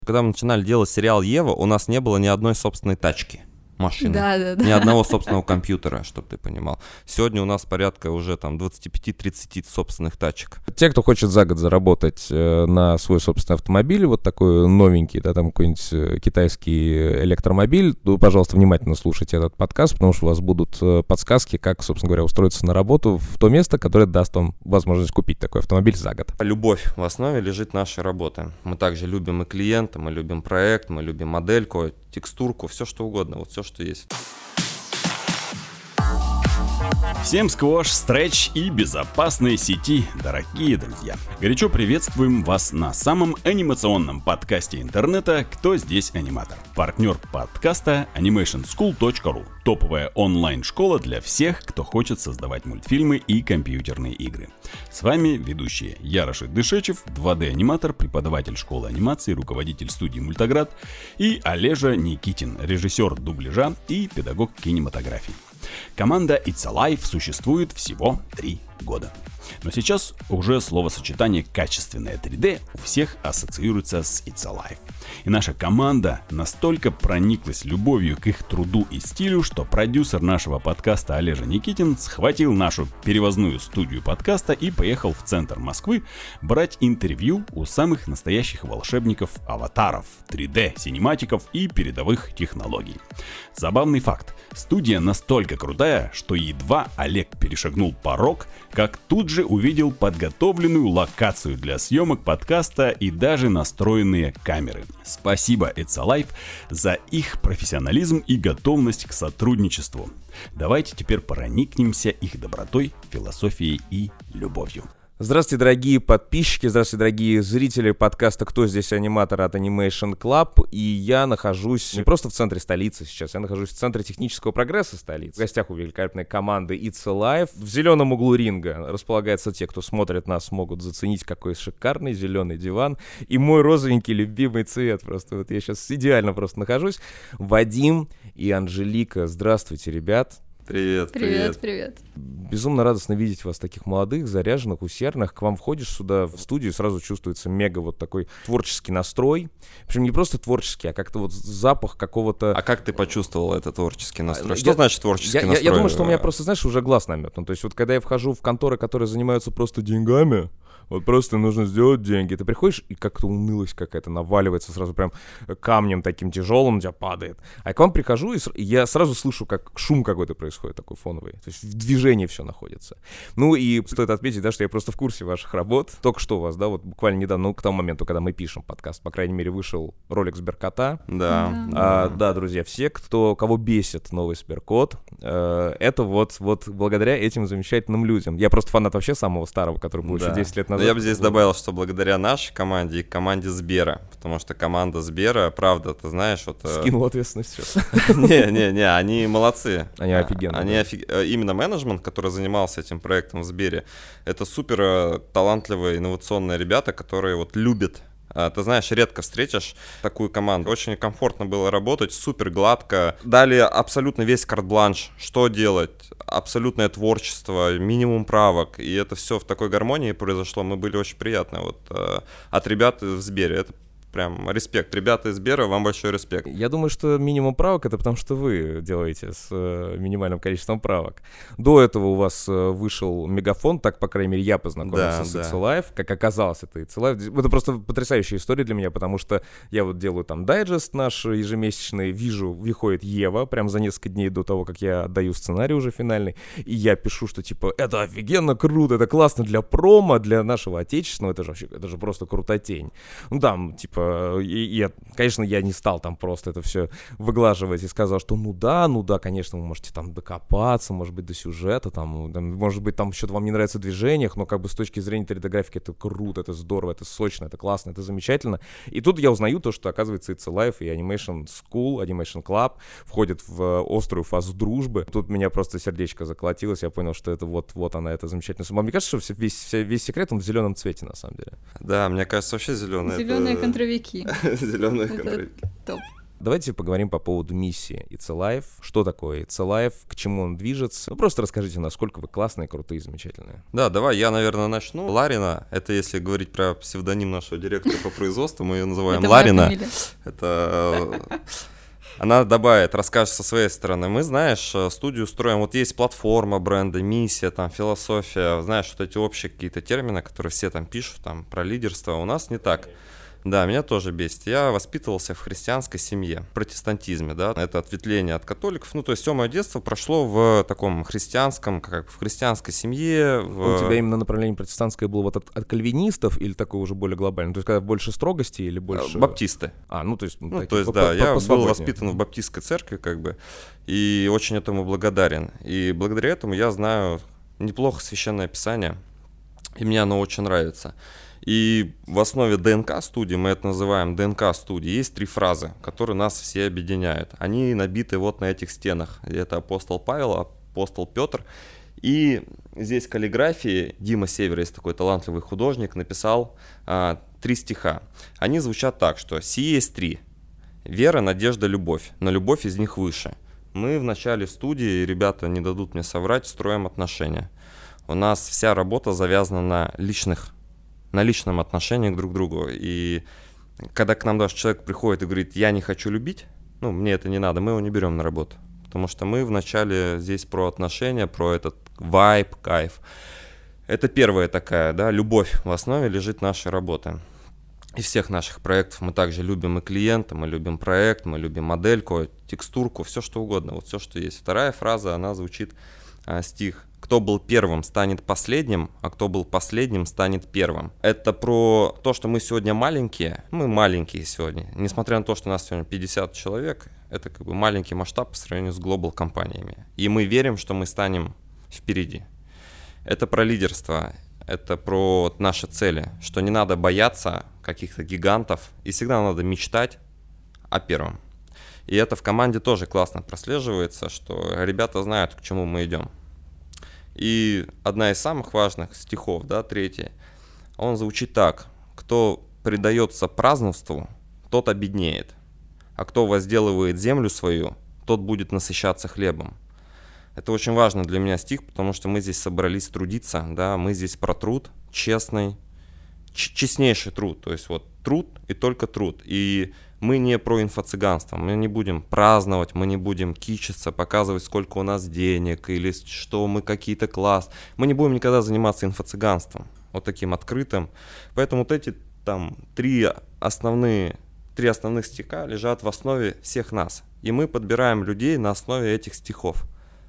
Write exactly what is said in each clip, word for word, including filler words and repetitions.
Когда мы начинали делать сериал «Ева», у нас не было ни одной собственной тачки, машины, да, да, да. ни одного собственного компьютера, чтобы ты понимал. Сегодня у нас порядка уже там двадцать пять тридцать собственных тачек. Те, кто хочет за год заработать э, на свой собственный автомобиль, вот такой новенький, да, там какой-нибудь э, китайский электромобиль, то, пожалуйста, внимательно слушайте этот подкаст, потому что у вас будут э, подсказки, как, собственно говоря, устроиться на работу в то место, которое даст вам возможность купить такой автомобиль за год. Любовь в основе лежит нашей работы. Мы также любим и клиента, мы любим проект, мы любим модельку, текстурку, все что угодно, вот все, что есть. Всем сквош, стретч и безопасные сети, дорогие друзья. Горячо приветствуем вас на самом анимационном подкасте интернета «Кто здесь аниматор?». Партнер подкаста анимейшн скул точка ру. Топовая онлайн-школа для всех, кто хочет создавать мультфильмы и компьютерные игры. С вами ведущие я, Рашид Дышечев, два дэ-аниматор, преподаватель школы анимации, руководитель студии Мультаград, и Олежа Никитин, режиссер дубляжа и педагог кинематографии. Команда It's Alive существует всего три года. Но сейчас уже словосочетание «качественное три дэ» у всех ассоциируется с It's Alive. И наша команда настолько прониклась любовью к их труду и стилю, что продюсер нашего подкаста Олежа Никитин схватил нашу перевозную студию подкаста и поехал в центр Москвы брать интервью у самых настоящих волшебников аватаров, три дэ-синематиков и передовых технологий. Забавный факт. Студия настолько крутая, что едва Олег перешагнул порог, как тут же увидел подготовленную локацию для съемок подкаста и даже настроенные камеры. Спасибо It's Alive за их профессионализм и готовность к сотрудничеству. Давайте теперь проникнемся их добротой, философией и любовью. Здравствуйте, дорогие подписчики, здравствуйте, дорогие зрители подкаста «Кто здесь аниматор?» от Animation Club. И я нахожусь не просто в центре столицы сейчас, я нахожусь в центре технического прогресса столицы. В гостях у великолепной команды It's Alive. В зеленом углу ринга располагаются те, кто смотрит нас, могут заценить, какой шикарный зеленый диван. И мой розовенький любимый цвет. Просто вот я сейчас идеально просто нахожусь. Вадим и Анжелика. Здравствуйте, ребят. Привет, Привет, привет. привет. Безумно радостно видеть вас таких молодых, заряженных, усердных. К вам входишь сюда в студию, сразу чувствуется мега вот такой творческий настрой. Причем не просто творческий, а как-то вот запах какого-то... А как ты почувствовал этот творческий настрой? Я, Что значит творческий я, настрой? Я, я думаю, что у меня просто, знаешь, уже глаз наметан. То есть вот когда я вхожу в конторы, которые занимаются просто деньгами, вот просто нужно сделать деньги. Ты приходишь, и как-то унылость какая-то наваливается, сразу прям камнем таким тяжелым у тебя падает. А я к вам прихожу, и, с... и я сразу слышу, как шум какой-то происходит, такой фоновый. То есть в движении все находится. Ну и стоит отметить, да, что я просто в курсе ваших работ. Только что у вас, да, вот буквально недавно, ну к тому моменту, когда мы пишем подкаст, по крайней мере, вышел ролик Сберкота. Да. А, да, друзья, все, кто, кого бесит новый Сберкот, э, это вот, вот благодаря этим замечательным людям. Я просто фанат вообще самого старого, который был да. еще десять лет назад. Но я бы здесь добавил, что благодаря нашей команде и команде Сбера, потому что команда Сбера, правда, ты знаешь, вот... Скинул ответственность сейчас. Не-не-не, они молодцы. Они офигенные. Они офиг... Именно менеджмент, который занимался этим проектом в Сбере, это супер талантливые, инновационные ребята, которые вот любят. Ты знаешь, редко встретишь такую команду. Очень комфортно было работать, супер гладко. Дали абсолютно весь карт-бланш, что делать, абсолютное творчество, минимум правок. И это все в такой гармонии произошло. Мы были очень приятны вот, от ребят в Сбере. Это прям респект. Ребята из Сбера, вам большой респект. Я думаю, что минимум правок — это потому, что вы делаете с э, минимальным количеством правок. До этого у вас э, вышел Мегафон, так, по крайней мере, я познакомился да, с да. It's Alive. Как оказалось, это It's Alive. Это просто потрясающая история для меня, потому что я вот делаю там дайджест наш ежемесячный, вижу, выходит Ева, прям за несколько дней до того, как я отдаю сценарий уже финальный, и я пишу, что типа, это офигенно круто, это классно для промо, для нашего отечественного, это же вообще, это же просто крутотень. Ну там, типа, И, и, конечно, я не стал там просто это все выглаживать и сказал, что ну да, ну да, конечно, вы можете там докопаться, может быть, до сюжета, там, там может быть, там что-то вам не нравится в движениях, но как бы с точки зрения три дэ-графики это круто, это здорово, это сочно, это классно, это замечательно. И тут я узнаю то, что, оказывается, It's Alive и Animation School, Animation Club входят в острую фазу дружбы. Тут меня просто сердечко заколотилось, я понял, что это вот, вот она, это замечательно. Мне кажется, что весь, весь секрет, он в зеленом цвете, на самом деле. Да, мне кажется, вообще зеленый. Зеленые это... контровики. Зеленые контровики. Топ. Давайте поговорим по поводу миссии It's Alive. Что такое It's Alive, к чему он движется? Ну, просто расскажите, насколько вы классные, крутые, замечательные. Да, давай, я, наверное, начну. Ларина, это если говорить про псевдоним нашего директора по производству, мы ее называем Ларина. Это... Она добавит, расскажет со своей стороны. Мы, знаешь, студию строим, вот есть платформа бренда, миссия, там, философия, знаешь, вот эти общие какие-то термины, которые все там пишут, там, про лидерство, у нас не так. Да, меня тоже бесит. Я воспитывался в христианской семье, в протестантизме, да, это ответвление от католиков. Ну, то есть все мое детство прошло в таком христианском, как в христианской семье. В... У тебя именно направление протестантское было вот от, от кальвинистов или такое уже более глобальное? То есть когда больше строгости или больше... Баптисты. А, ну то есть... Ну, то есть, да, я был воспитан в баптистской церкви, как бы, и очень этому благодарен. И благодаря этому я знаю неплохо Священное Писание, и мне оно очень нравится. И в основе ДНК-студии, мы это называем ДНК-студии, есть три фразы, которые нас все объединяют. Они набиты вот на этих стенах. Это апостол Павел, апостол Петр. И здесь каллиграфии Дима Север, есть такой талантливый художник, написал а, три стиха. Они звучат так, что «Сие есть три. Вера, надежда, любовь, но любовь из них выше». Мы в начале в студии, ребята не дадут мне соврать, строим отношения. У нас вся работа завязана на личных на личном отношении друг к другу. И когда к нам даже человек приходит и говорит, я не хочу любить, ну, мне это не надо, мы его не берем на работу. Потому что мы вначале здесь про отношения, про этот вайб, кайф. Это первая такая, да, любовь в основе лежит нашей работы. Из всех наших проектов мы также любим и клиента, мы любим проект, мы любим модельку, текстурку, все что угодно, вот все, что есть. Вторая фраза, она звучит, а, стих. Кто был первым, станет последним, а кто был последним, станет первым. Это про то, что мы сегодня маленькие. Мы маленькие сегодня. Несмотря на то, что у нас сегодня пятьдесят человек, это как бы маленький масштаб по сравнению с глобал компаниями. И мы верим, что мы станем впереди. Это про лидерство. Это про наши цели. Что не надо бояться каких-то гигантов. И всегда надо мечтать о первом. И это в команде тоже классно прослеживается, что ребята знают, к чему мы идем. И одна из самых важных стихов, да, третий, он звучит так. Кто предается празднеству, тот обеднеет, а кто возделывает землю свою, тот будет насыщаться хлебом. Это очень важно для меня стих, потому что мы здесь собрались трудиться, да, мы здесь про труд, честный, честнейший труд, то есть вот труд и только труд. И мы не про инфо-цыганство, мы не будем праздновать, мы не будем кичиться, показывать, сколько у нас денег, или что мы какие-то класс. Мы не будем никогда заниматься инфо-цыганством, вот таким открытым. Поэтому вот эти там три основные, три основных стиха лежат в основе всех нас. И мы подбираем людей на основе этих стихов.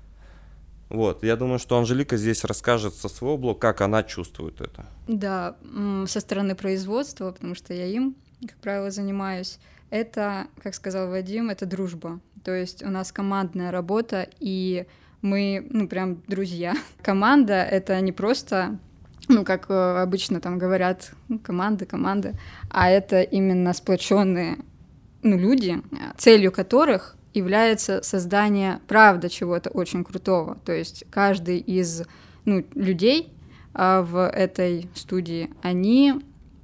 Вот, я думаю, что Анжелика здесь расскажет со своего блока, как она чувствует это. Да, со стороны производства, потому что я им, как правило, занимаюсь. Это, как сказал Вадим, это дружба. То есть у нас командная работа, и мы, ну, прям друзья. Команда — это не просто, ну, как обычно там говорят, ну, команды, команды, а это именно сплоченные, ну, люди, целью которых является создание, правда, чего-то очень крутого. То есть каждый из, ну, людей а, в этой студии, они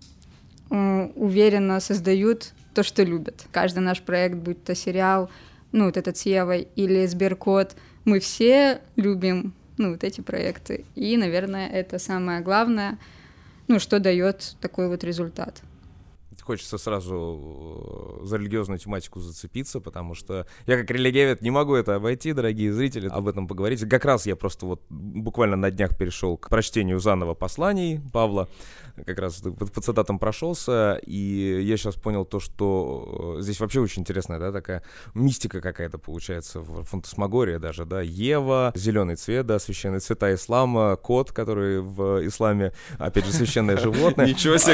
э, уверенно создают то, что любят. Каждый наш проект, будь то сериал, ну, вот этот с Евой, или Сберкот, мы все любим, ну, вот эти проекты. И, наверное, это самое главное, ну, что дает такой вот результат. Хочется сразу за религиозную тематику зацепиться, потому что я как религиовед не могу это обойти, дорогие зрители, об этом поговорить. Как раз я просто вот буквально на днях перешел к прочтению заново посланий Павла, как раз по цитатам прошелся, и я сейчас понял то, что здесь вообще очень интересная, да, такая мистика какая-то получается в фантасмагории даже, да, Ева, зеленый цвет, да, священные цвета ислама, кот, который в исламе, опять же, священное животное. Ничего себе,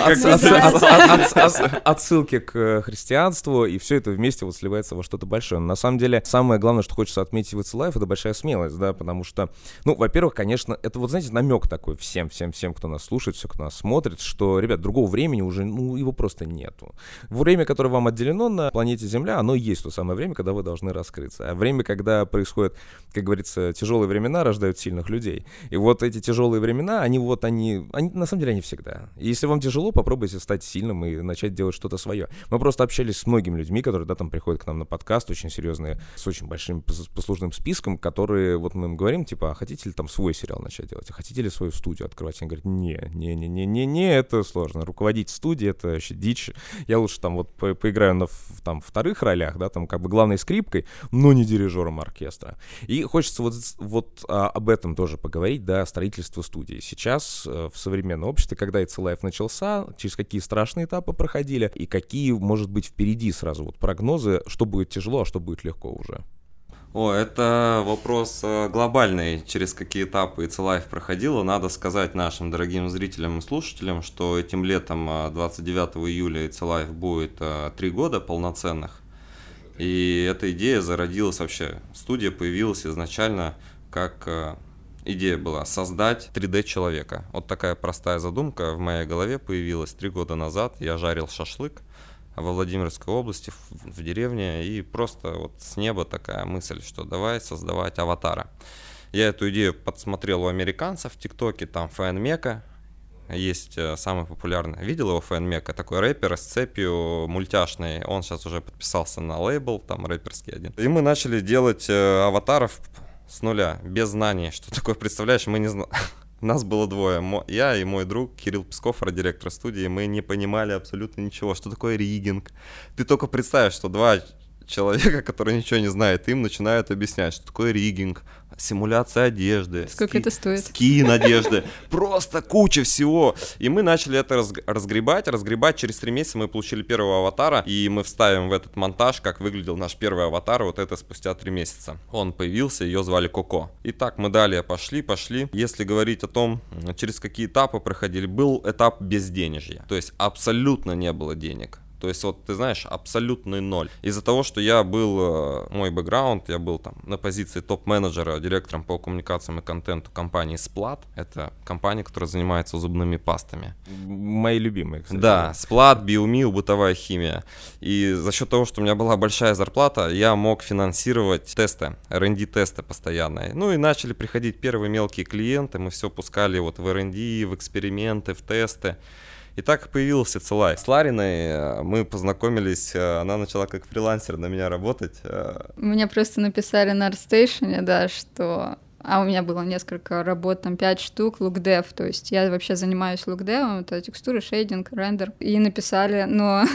как отсылки к христианству, и все это вместе вот сливается во что-то большое. Но на самом деле, самое главное, что хочется отметить в It's Alive, это большая смелость, да, потому что, ну, во-первых, конечно, это вот, знаете, намек такой всем, всем, всем, кто нас слушает, все, кто нас смотрит, смотрят, что, ребят, другого времени уже, ну, его просто нету. Время, которое вам отделено на планете Земля, оно и есть то самое время, когда вы должны раскрыться. А время, когда происходит, как говорится, тяжелые времена, рождают сильных людей. И вот эти тяжелые времена, они вот, они, они на самом деле, они всегда. И если вам тяжело, попробуйте стать сильным и начать делать что-то свое. Мы просто общались с многими людьми, которые, да, там приходят к нам на подкаст, очень серьезные, с очень большим послужным списком, которые, вот мы им говорим, типа, а хотите ли там свой сериал начать делать, а хотите ли свою студию открывать? Они говорят, не, не, не, не, не, не, это сложно. Руководить студией — это вообще дичь. Я лучше там вот по поиграю на там вторых ролях, да, там как бы главной скрипкой, но не дирижером оркестра. И хочется вот, вот а, об этом тоже поговорить, да, строительство студии. Сейчас э, в современном обществе, когда It's Alive начался, через какие страшные этапы проходили и какие, может быть, впереди сразу вот прогнозы, что будет тяжело, а что будет легко уже. О, это вопрос глобальный, через какие этапы It's Alive проходило. Надо сказать нашим дорогим зрителям и слушателям, что этим летом, двадцать девятого июля, It's Alive будет три года полноценных. И эта идея зародилась вообще, студия появилась изначально как идея была создать три дэ-человека. Вот такая простая задумка в моей голове появилась три года назад. Я жарил шашлык во Владимирской области, в, в деревне, и просто вот с неба такая мысль, что давай создавать аватара. Я эту идею подсмотрел у американцев в ТикТоке, там Фэн-Мека, есть самый популярный, видел его Фэн-Мека, такой рэпер с цепью мультяшный, он сейчас уже подписался на лейбл, там рэперский один. И мы начали делать аватаров с нуля, без знаний, что такое, представляешь, мы не знаем. Нас было двое, я и мой друг Кирилл Песков, арт-директор студии, мы не понимали абсолютно ничего, что такое риггинг. Ты только представь, что два человека, которые ничего не знают, им начинают объяснять, что такое риггинг, симуляция одежды. Сколько ски, это стоит? Скин одежды, просто куча всего. И мы начали это разгребать, разгребать. Через три месяца мы получили первого аватара, и мы вставим в этот монтаж, как выглядел наш первый аватар, вот это спустя три месяца. Он появился, ее звали Коко. И так мы далее пошли, пошли. Если говорить о том, через какие этапы проходили, был этап безденежья, то есть абсолютно не было денег. То есть, вот ты знаешь, абсолютный ноль. Из-за того, что я был, мой бэкграунд, я был там на позиции топ-менеджера, директором по коммуникациям и контенту компании Splat. Это компания, которая занимается зубными пастами. Мои любимые, кстати. Да, Splat, Биомиу, бытовая химия. И за счет того, что у меня была большая зарплата, я мог финансировать тесты, эр энд ди-тесты постоянные. Ну и начали приходить первые мелкие клиенты, мы все пускали вот в эр энд ди, в эксперименты, в тесты. И так появился It's Alive. С Лариной мы познакомились, она начала как фрилансер на меня работать. Мне просто написали на ArtStation, да, что... А у меня было несколько работ, там пять штук, лукдев, то есть я вообще занимаюсь лукдевом, это текстуры, шейдинг, рендер. И написали, но...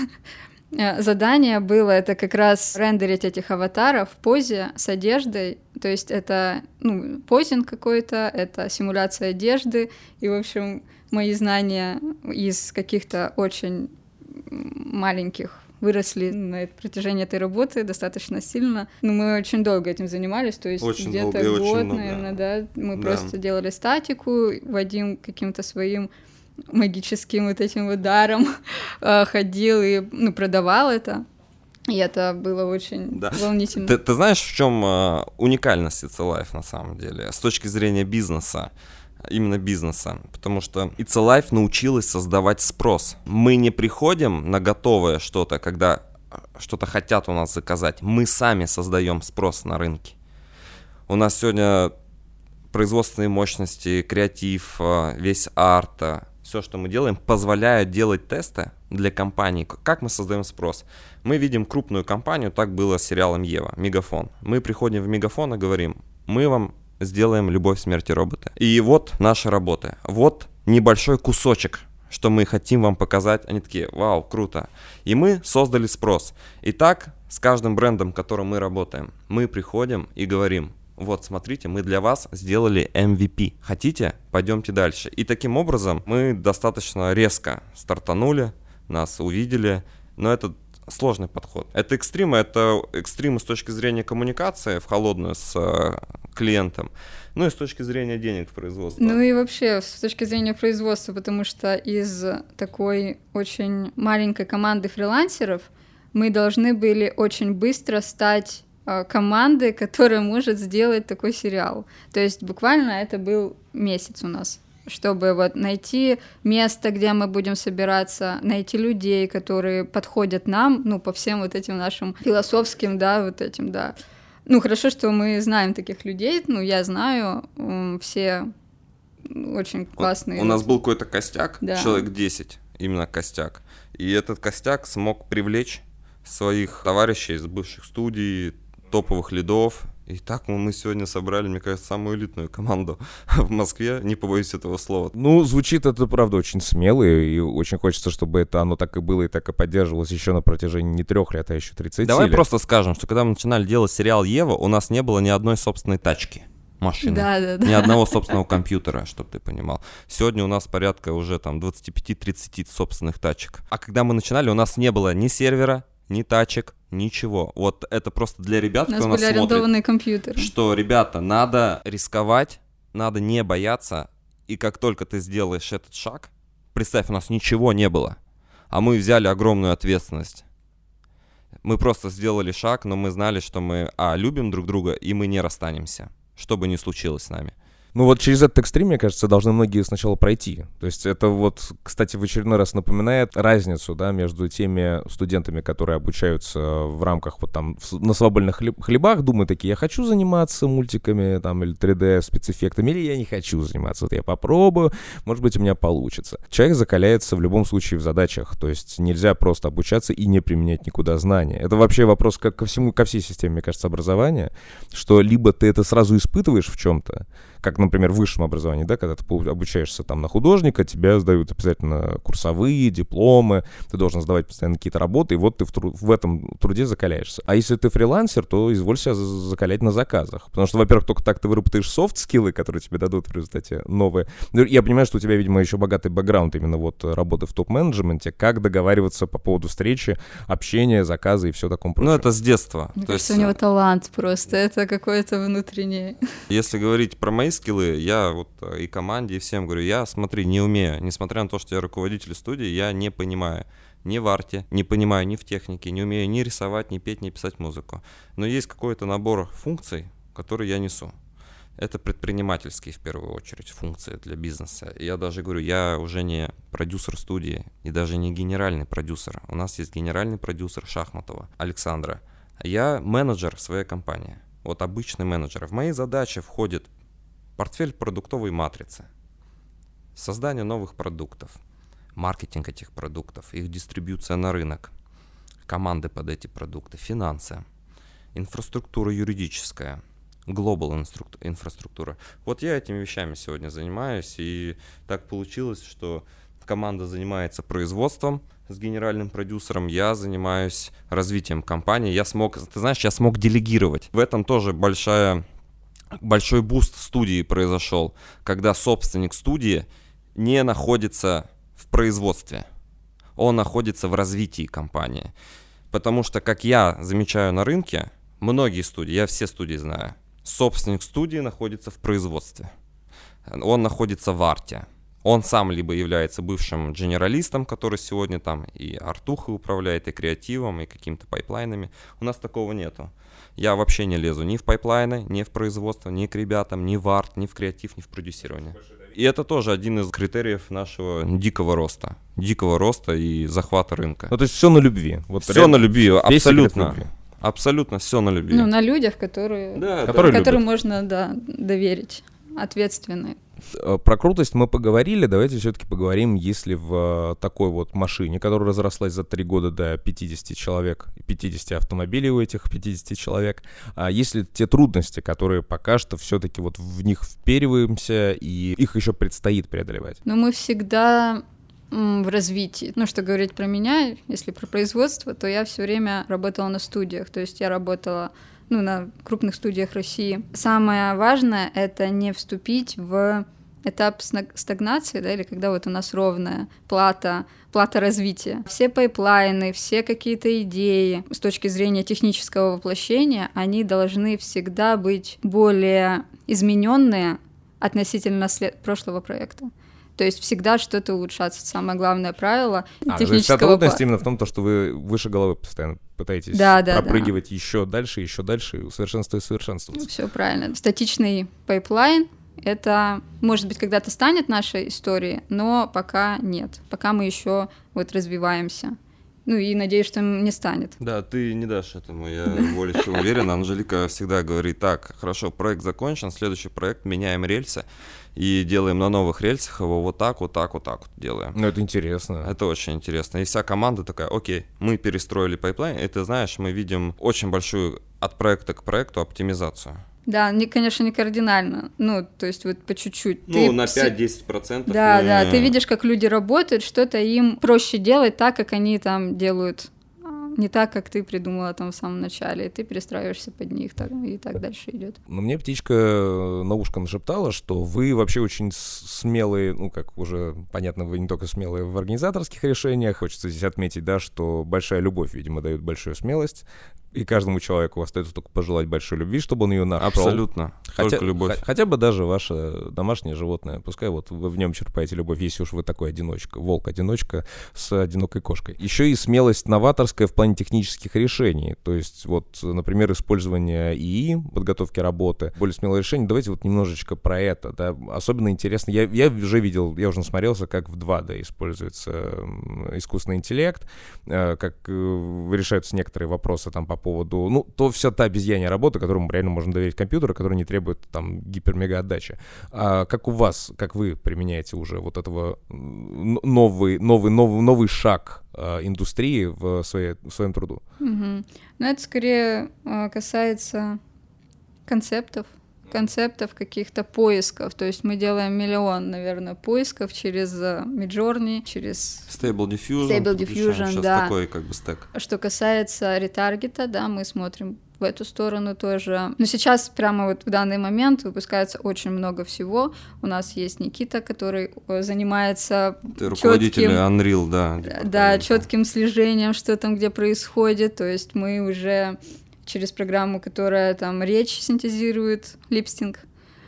Задание было это как раз рендерить этих аватаров в позе с одеждой, то есть это ну, позинг какой-то, это симуляция одежды, и, в общем, мои знания из каких-то очень маленьких выросли на протяжении этой работы достаточно сильно. Но мы очень долго этим занимались, то есть очень где-то год, очень наверное, да. Мы да. просто делали статику, Вадим каким-то своим магическим вот этим вот даром ходил и ну, продавал это. И это было очень да. волнительно. Ты, ты знаешь, в чем uh, уникальность It's Alive на самом деле? С точки зрения бизнеса, именно бизнеса. Потому что It's Alive научилась создавать спрос. Мы не приходим на готовое что-то, когда что-то хотят у нас заказать. Мы сами создаем спрос на рынке. У нас сегодня производственные мощности, креатив, весь арт, все, что мы делаем, позволяет делать тесты для компаний. Как мы создаем спрос? Мы видим крупную компанию, так было с сериалом Ева, Мегафон. Мы приходим в Мегафон и говорим, мы вам сделаем «Любовь, смерть и роботы». И вот наши работы. Вот небольшой кусочек, что мы хотим вам показать. Они такие, вау, круто. И мы создали спрос. И так с каждым брендом, которым мы работаем, мы приходим и говорим, вот, смотрите, мы для вас сделали эм ви пи. Хотите? Пойдемте дальше. И таким образом мы достаточно резко стартанули, нас увидели, но это сложный подход. Это экстримы, это экстримы с точки зрения коммуникации в холодную с э, клиентом, ну и с точки зрения денег в производстве. Ну и вообще с точки зрения производства, потому что из такой очень маленькой команды фрилансеров мы должны были очень быстро стать команды, которая может сделать такой сериал. То есть буквально это был месяц у нас, чтобы вот найти место, где мы будем собираться, найти людей, которые подходят нам, ну, по всем вот этим нашим философским, да, вот этим, да. Ну, хорошо, что мы знаем таких людей, ну, я знаю, все очень классные. У нас был какой-то костяк, да. человек десять, именно костяк, и этот костяк смог привлечь своих товарищей из бывших студий, топовых лидов. И так мы сегодня собрали, мне кажется, самую элитную команду в Москве, не побоюсь этого слова. Ну, звучит это, правда, очень смело, и очень хочется, чтобы это оно так и было, и так и поддерживалось еще на протяжении не трех лет, а еще тридцати Давай лет. просто скажем, что когда мы начинали делать сериал «Ева», у нас не было ни одной собственной тачки, машины, да, да, да. ни одного собственного компьютера, чтобы ты понимал. Сегодня у нас порядка уже там двадцать пять тридцать собственных тачек. А когда мы начинали, у нас не было ни сервера, ни тачек, ничего. Вот это просто для ребят, у нас кто нас были арендованные смотрит, компьютеры. Что, ребята, надо рисковать, надо не бояться, и как только ты сделаешь этот шаг, представь, у нас ничего не было, а мы взяли огромную ответственность. Мы просто сделали шаг, но мы знали, что мы, а, любим друг друга, и мы не расстанемся, что бы ни случилось с нами. Ну вот через этот экстрим, мне кажется, должны многие сначала пройти. То есть это вот, кстати, в очередной раз напоминает разницу, да, между теми студентами, которые обучаются в рамках вот там на свободных хлебах, думают такие, я хочу заниматься мультиками там или три дэ спецэффектами, или я не хочу заниматься, вот я попробую, может быть, у меня получится. Человек закаляется в любом случае в задачах, то есть нельзя просто обучаться и не применять никуда знания. Это вообще вопрос ко, ко всему, ко всей системе, мне кажется, образования, что либо ты это сразу испытываешь в чем-то, как, например, в высшем образовании, да, когда ты обучаешься там на художника, тебя сдают обязательно курсовые, дипломы, ты должен сдавать постоянно какие-то работы, и вот ты в, тру- в этом труде закаляешься. А если ты фрилансер, то изволь себя закалять на заказах. Потому что, во-первых, только так ты выработаешь софт-скиллы, которые тебе дадут в результате новые. Я понимаю, что у тебя, видимо, еще богатый бэкграунд именно вот работы в топ-менеджменте, как договариваться по поводу встречи, общения, заказа и все таком прочем. Ну, это с детства. Мне То кажется, есть, у него талант просто, это какое-то внутреннее. Если говорить про мои скиллы, я вот и команде, и всем говорю, я, смотри, не умею, несмотря на то, что я руководитель студии, я не понимаю ни в арте, не понимаю ни в технике, не умею ни рисовать, ни петь, ни писать музыку. Но есть какой-то набор функций, которые я несу. Это предпринимательские, в первую очередь, функции для бизнеса. И я даже говорю, я уже не продюсер студии, и даже не генеральный продюсер. У нас есть генеральный продюсер Шахматова Александра. Я менеджер своей компании. Вот обычный менеджер. В мои задачи входит портфель продуктовой матрицы, создание новых продуктов, маркетинг этих продуктов, их дистрибьюция на рынок, команды под эти продукты, финансы, инфраструктура юридическая, глобал инфраструктура. Вот я этими вещами сегодня занимаюсь, и так получилось, что команда занимается производством с генеральным продюсером, я занимаюсь развитием компании, я смог, ты знаешь, я смог делегировать. В этом тоже большая... Большой буст студии произошел, когда собственник студии не находится в производстве, он находится в развитии компании. Потому что, как я замечаю на рынке, многие студии, я все студии знаю, собственник студии находится в производстве, он находится в арте. Он сам либо является бывшим генералистом, который сегодня там и артухой управляет, и креативом, и какими-то пайплайнами. У нас такого нету. Я вообще не лезу ни в пайплайны, ни в производство, ни к ребятам, ни в арт, ни в креатив, ни в продюсирование. И это тоже один из критериев нашего дикого роста. Дикого роста и захвата рынка. Ну, то есть все на любви. Вот все на любви, абсолютно. Любви. Абсолютно все на любви. Ну, на людях, которые, да, которые, да. которым можно, да, доверить, ответственные. Про крутость мы поговорили, давайте все-таки поговорим, если в такой вот машине, которая разрослась за три года до пятидесяти человек, пятидесяти автомобилей у этих пятидесяти человек, а если те трудности, которые пока что все-таки вот в них впериваемся, и их еще предстоит преодолевать? Ну, мы всегда в развитии. Ну, что говорить про меня, если про производство, то я все время работала на студиях, то есть я работала ну, на крупных студиях России. Самое важное — это не вступить в этап стагнации, да, или когда вот у нас ровная плата, плата развития. Все пайплайны, все какие-то идеи с точки зрения технического воплощения, они должны всегда быть более измененные относительно след... прошлого проекта. То есть всегда что-то улучшаться. Самое главное правило а, технического... А, трудность пла... именно в том, что вы выше головы постоянно пытаетесь да, да, пропрыгивать да. еще дальше, еще дальше, усовершенствовать, совершенствоваться. Ну, все правильно. Статичный пайплайн Это, может быть, когда-то станет нашей историей, но пока нет. Пока мы еще вот развиваемся. Ну и надеюсь, что не станет. Да, ты не дашь этому, я более чем уверен. Анжелика всегда говорит: так, хорошо, проект закончен, следующий проект, меняем рельсы и делаем на новых рельсах его вот так, вот так, вот так вот делаем. Ну это интересно. Это очень интересно. И вся команда такая: окей, мы перестроили пайплайн, и ты знаешь, мы видим очень большую от проекта к проекту оптимизацию. Да, не, конечно, не кардинально, ну, то есть вот по чуть-чуть. Ну, ты на все... пять-десять процентов. Да, мы... да, ты видишь, как люди работают, что-то им проще делать так, как они там делают, не так, как ты придумала там в самом начале, и ты перестраиваешься под них, так, и так дальше идет. Но мне птичка на ушко нашептала, что вы вообще очень смелые, ну, как уже понятно, вы не только смелые в организаторских решениях, хочется здесь отметить, да, что большая любовь, видимо, дает большую смелость. И каждому человеку остается только пожелать большой любви, чтобы он ее нашел. Абсолютно. Хотя, только любовь. Х- хотя бы даже ваше домашнее животное. Пускай вот вы в нем черпаете любовь, если уж вы такой одиночка, волк-одиночка с одинокой кошкой. Еще и смелость новаторская в плане технических решений. То есть вот, например, использование ИИ, подготовки работы, более смелое решение. Давайте вот немножечко про это. Да. Особенно интересно, я, я уже видел, я уже насмотрелся, как в два дэ используется искусственный интеллект, как решаются некоторые вопросы там по поводу, ну, то вся та обезьянья работа, которому реально можно доверить компьютеру, которая не требует там гипер-мега отдачи. А как у вас, как вы применяете уже вот этого новый, новый, новый, новый шаг э, индустрии в, своей, в своем труду? Угу. Ну, это скорее э, касается концептов, концептов, каких-то поисков. То есть мы делаем миллион, наверное, поисков через Midjourney, через Stable Diffusion. Stable Diffusion, сейчас да. такой как бы стек. Что касается ретаргета, да, мы смотрим в эту сторону тоже. Но сейчас прямо вот в данный момент выпускается очень много всего. У нас есть Никита, который занимается руководитель чётким, Unreal, да. Да, четким слежением, что там где происходит. То есть мы уже через программу, которая там речь синтезирует, липстинг,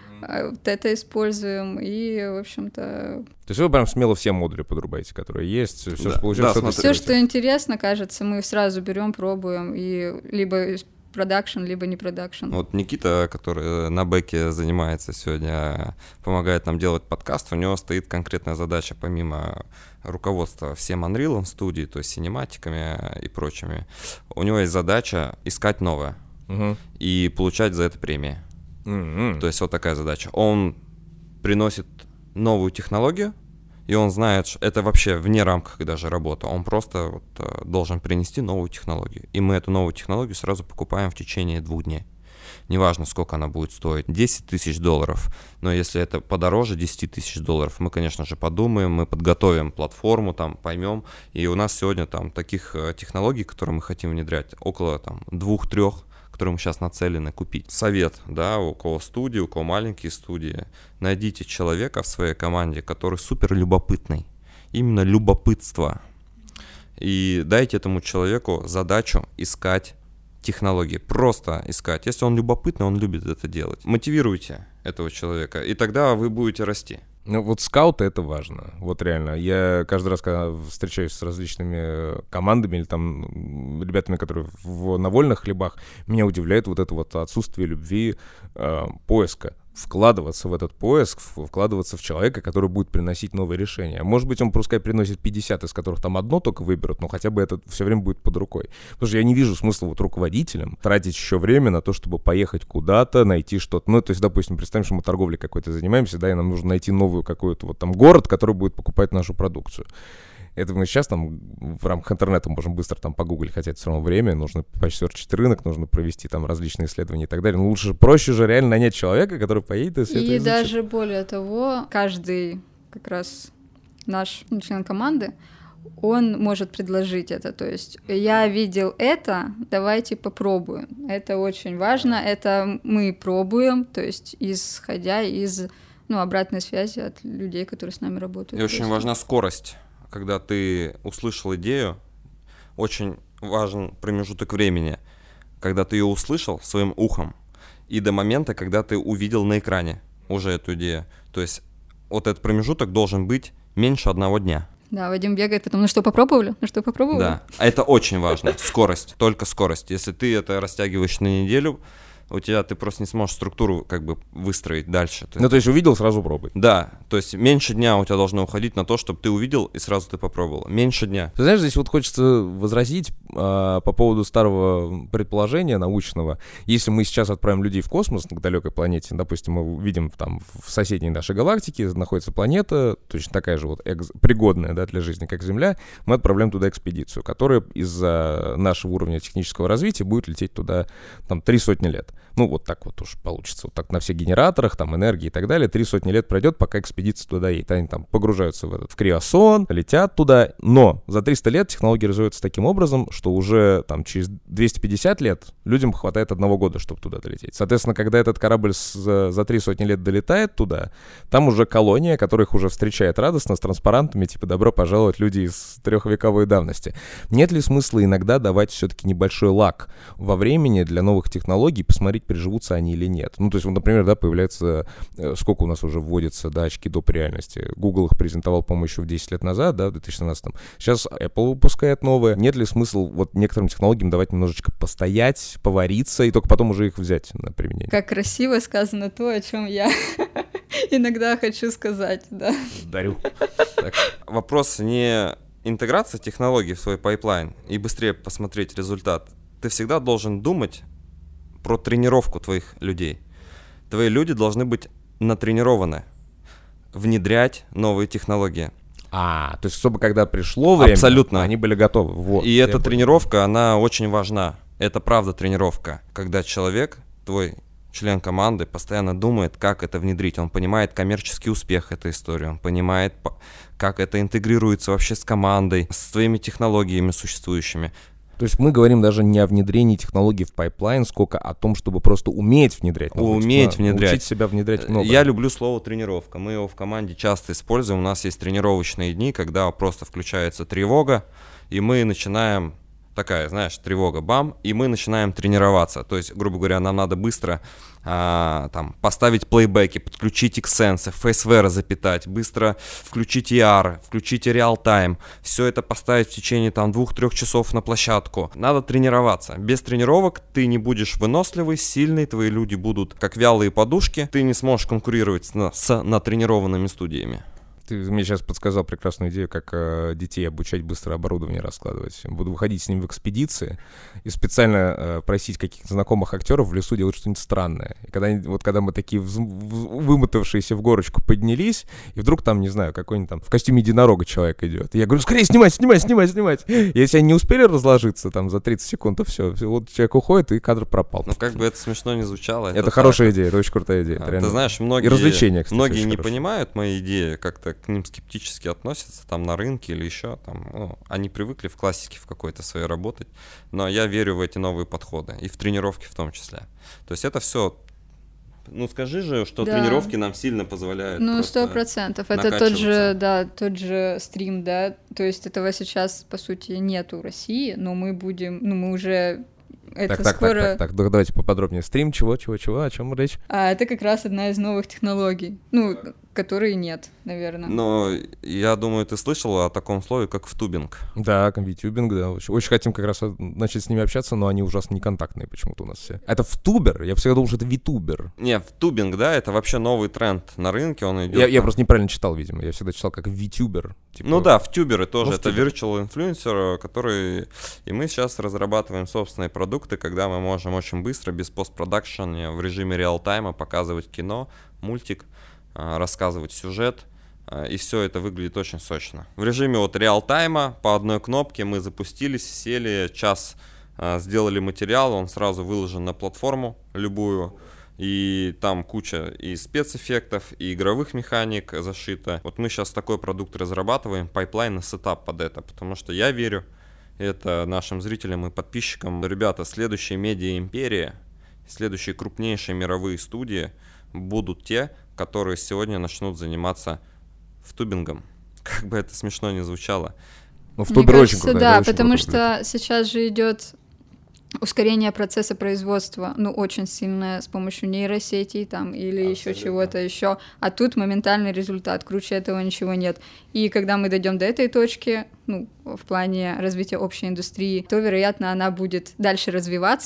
вот это используем, и, в общем-то... То есть вы прям смело все модули подрубаете, которые есть, все, да. что получилось. Да, все, что интересно, кажется, мы сразу берем, пробуем, и либо продакшн, либо не продакшн. Вот Никита, который на бэке занимается сегодня, помогает нам делать подкаст, у него стоит конкретная задача, помимо руководства всем Unreal в студии, то есть синематиками и прочими, у него есть задача искать новое uh-huh. и получать за это премии. Uh-huh. То есть вот такая задача. Он приносит новую технологию, и он знает, что это вообще вне рамках даже работы. Он просто вот, должен принести новую технологию. И мы эту новую технологию сразу покупаем в течение двух дней. Неважно, сколько она будет стоить, десять тысяч долларов, но если это подороже десять тысяч долларов, мы, конечно же, подумаем, мы подготовим платформу, там, поймем, и у нас сегодня там таких технологий, которые мы хотим внедрять, около там двух-трех, которые мы сейчас нацелены купить. Совет, да, у кого студии, у кого маленькие студии, найдите человека в своей команде, который супер любопытный, именно любопытство, и дайте этому человеку задачу искать технологии, просто искать. Если он любопытный, он любит это делать. Мотивируйте этого человека, и тогда вы будете расти. Ну вот скауты — это важно, вот реально. Я каждый раз, когда встречаюсь с различными командами или там ребятами, которые в, на вольных хлебах, меня удивляет вот это вот отсутствие любви, э, поиска. Вкладываться в этот поиск, вкладываться в человека, который будет приносить новые решения. Может быть, он пускай приносит пятьдесят, из которых там одно только выберут, но хотя бы это все время будет под рукой. Потому что я не вижу смысла вот руководителям тратить еще время на то, чтобы поехать куда-то, найти что-то. Ну, то есть, допустим, представим, что мы торговлей какой-то занимаемся, да, и нам нужно найти новую какую-то вот там город, который будет покупать нашу продукцию. Это мы сейчас там в рамках интернета можем быстро там погуглить, хотя это все равно время, нужно посерчить рынок, нужно провести там различные исследования и так далее. Но лучше, проще же реально нанять человека, который поедет и все это изучит. И даже более того, каждый как раз наш член команды, он может предложить это. То есть я видел это, давайте попробуем. Это очень важно, это мы пробуем, то есть исходя из ну, обратной связи от людей, которые с нами работают. И очень важна скорость. Когда ты услышал идею, очень важен промежуток времени, когда ты ее услышал своим ухом, и до момента, когда ты увидел на экране уже эту идею. То есть вот этот промежуток должен быть меньше одного дня. Да, Вадим бегает, потом, ну что, попробовали? Ну что, попробовали? Да, это очень важно, скорость, только скорость. Если ты это растягиваешь на неделю, у тебя ты просто не сможешь структуру как бы выстроить дальше. Ну, то есть увидел, сразу пробуй. Да, то есть меньше дня у тебя должно уходить на то, чтобы ты увидел и сразу ты попробовал. Меньше дня. Ты знаешь, здесь вот хочется возразить а, по поводу старого предположения научного. Если мы сейчас отправим людей в космос к далекой планете, допустим, мы видим там в соседней нашей галактике находится планета, точно такая же вот экз- пригодная, да, для жизни, как Земля, мы отправляем туда экспедицию, которая из-за нашего уровня технического развития будет лететь туда там три сотни лет. Ну, вот так вот уж получится. Вот так на всех генераторах, там, энергии и так далее. Три сотни лет пройдет, пока экспедиция туда едет. Они там погружаются в этот, в криосон, летят туда. Но за триста лет технологии развиваются таким образом, что уже там через двести пятьдесят лет людям хватает одного года, чтобы туда долететь. Соответственно, когда этот корабль с, за три сотни лет долетает туда, там уже колония, которая их уже встречает радостно с транспарантами, типа «добро пожаловать, люди из трехвековой давности». Нет ли смысла иногда давать все-таки небольшой лак во времени для новых технологий, посмотреть, приживутся они или нет? Ну, то есть, вот, например, да, появляется, сколько у нас уже вводится, да, очки доп. Реальности. Google их презентовал, по-моему, еще в десять лет назад, да, в две тысячи семнадцатом. Сейчас Apple выпускает новые. Нет ли смысла вот некоторым технологиям давать немножечко постоять, повариться, и только потом уже их взять на применение? Как красиво сказано то, о чем я иногда хочу сказать, да. Дарю. Вопрос не интеграция технологий в свой пайплайн и быстрее посмотреть результат. Ты всегда должен думать про тренировку твоих людей. Твои люди должны быть натренированы внедрять новые технологии. А, то есть, чтобы когда пришло время, абсолютно, они были готовы. Вот, и эта тренировка, она очень важна. Это правда тренировка. Когда человек, твой член команды, постоянно думает, как это внедрить. Он понимает коммерческий успех этой истории. Он понимает, как это интегрируется вообще с командой, с твоими технологиями существующими. То есть мы говорим даже не о внедрении технологий в пайплайн, сколько о том, чтобы просто уметь внедрять. Уметь внедрять. Учить себя внедрять много. Я люблю слово тренировка. Мы его в команде часто используем. У нас есть тренировочные дни, когда просто включается тревога, и мы начинаем... Такая, знаешь, тревога, бам, и мы начинаем тренироваться. То есть, грубо говоря, нам надо быстро а, там, поставить плейбеки, подключить Xsense, FaceVera запитать, быстро включить и ар, включить реал-тайм. Все это поставить в течение там двух-трех часов на площадку. Надо тренироваться. Без тренировок ты не будешь выносливый, сильный, твои люди будут как вялые подушки. Ты не сможешь конкурировать с, с натренированными студиями. Ты мне сейчас подсказал прекрасную идею, как э, детей обучать быстро оборудование раскладывать. Буду выходить с ним в экспедиции и специально э, просить каких-то знакомых актеров в лесу делать что-нибудь странное. И когда, вот когда мы такие вз, в, вымотавшиеся в горочку поднялись, и вдруг там, не знаю, какой-нибудь там в костюме единорога человек идет. И я говорю, скорее снимать, снимать, снимать, снимать. И если они не успели разложиться там за тридцать секунд, то все. Вот человек уходит, и кадр пропал. Ну, как бы это смешно не звучало. Это, это хорошая так. идея, это очень крутая идея. А, ты знаешь, многие, и развлечения, кстати, многие не хорошие. понимают мои идеи, как-то к ним скептически относятся там на рынке или еще там, ну, они привыкли в классике в какой-то своей работать, но я верю в эти новые подходы и в тренировки в том числе. То есть это все, ну скажи же, что да. тренировки нам сильно позволяют. Ну сто процентов. Это тот же, да, тот же стрим, да. То есть этого сейчас по сути нету в России, но мы будем, ну мы уже это так, так, скоро... так, так, так, давайте поподробнее. Стрим, чего, чего, чего, о чем речь? А, это как раз одна из новых технологий, ну, которые нет, наверное. Но я думаю, ты слышал о таком слове, как втубинг. Да, витюбинг, да. Очень, очень хотим как раз начать с ними общаться, но они ужасно неконтактные почему-то у нас все. Это втубер? Я всегда думал, что это витубер. Не, втубинг, да, это вообще новый тренд на рынке, он идет. Я, на... я просто неправильно читал, видимо. Я всегда читал как витюбер. Типа... Ну да, втюберы тоже. Ну, это втюбер. virtual influencer, который... И мы сейчас разрабатываем собственные продукты, когда мы можем очень быстро, без постпродакшена, в режиме реал-тайма показывать кино, мультик, рассказывать сюжет, и все это выглядит очень сочно. В режиме вот реал-тайма по одной кнопке мы запустились, сели, час сделали материал, он сразу выложен на платформу любую, и там куча и спецэффектов, и игровых механик зашито. Вот мы сейчас такой продукт разрабатываем, пайплайн и сетап под это, потому что я верю, это нашим зрителям и подписчикам. Ребята, следующие медиа-империи, следующие крупнейшие мировые студии будут те, которые сегодня начнут заниматься втубингом. Как бы это смешно не звучало. Ну, втубер очень круто. Да, очень потому круто, что сейчас же идет ускорение процесса производства, ну, очень сильное с помощью нейросетей там или еще чего-то еще, а тут моментальный результат, круче этого ничего нет. И когда мы дойдем до этой точки, ну, в плане развития общей индустрии, то, вероятно, она будет дальше развиваться,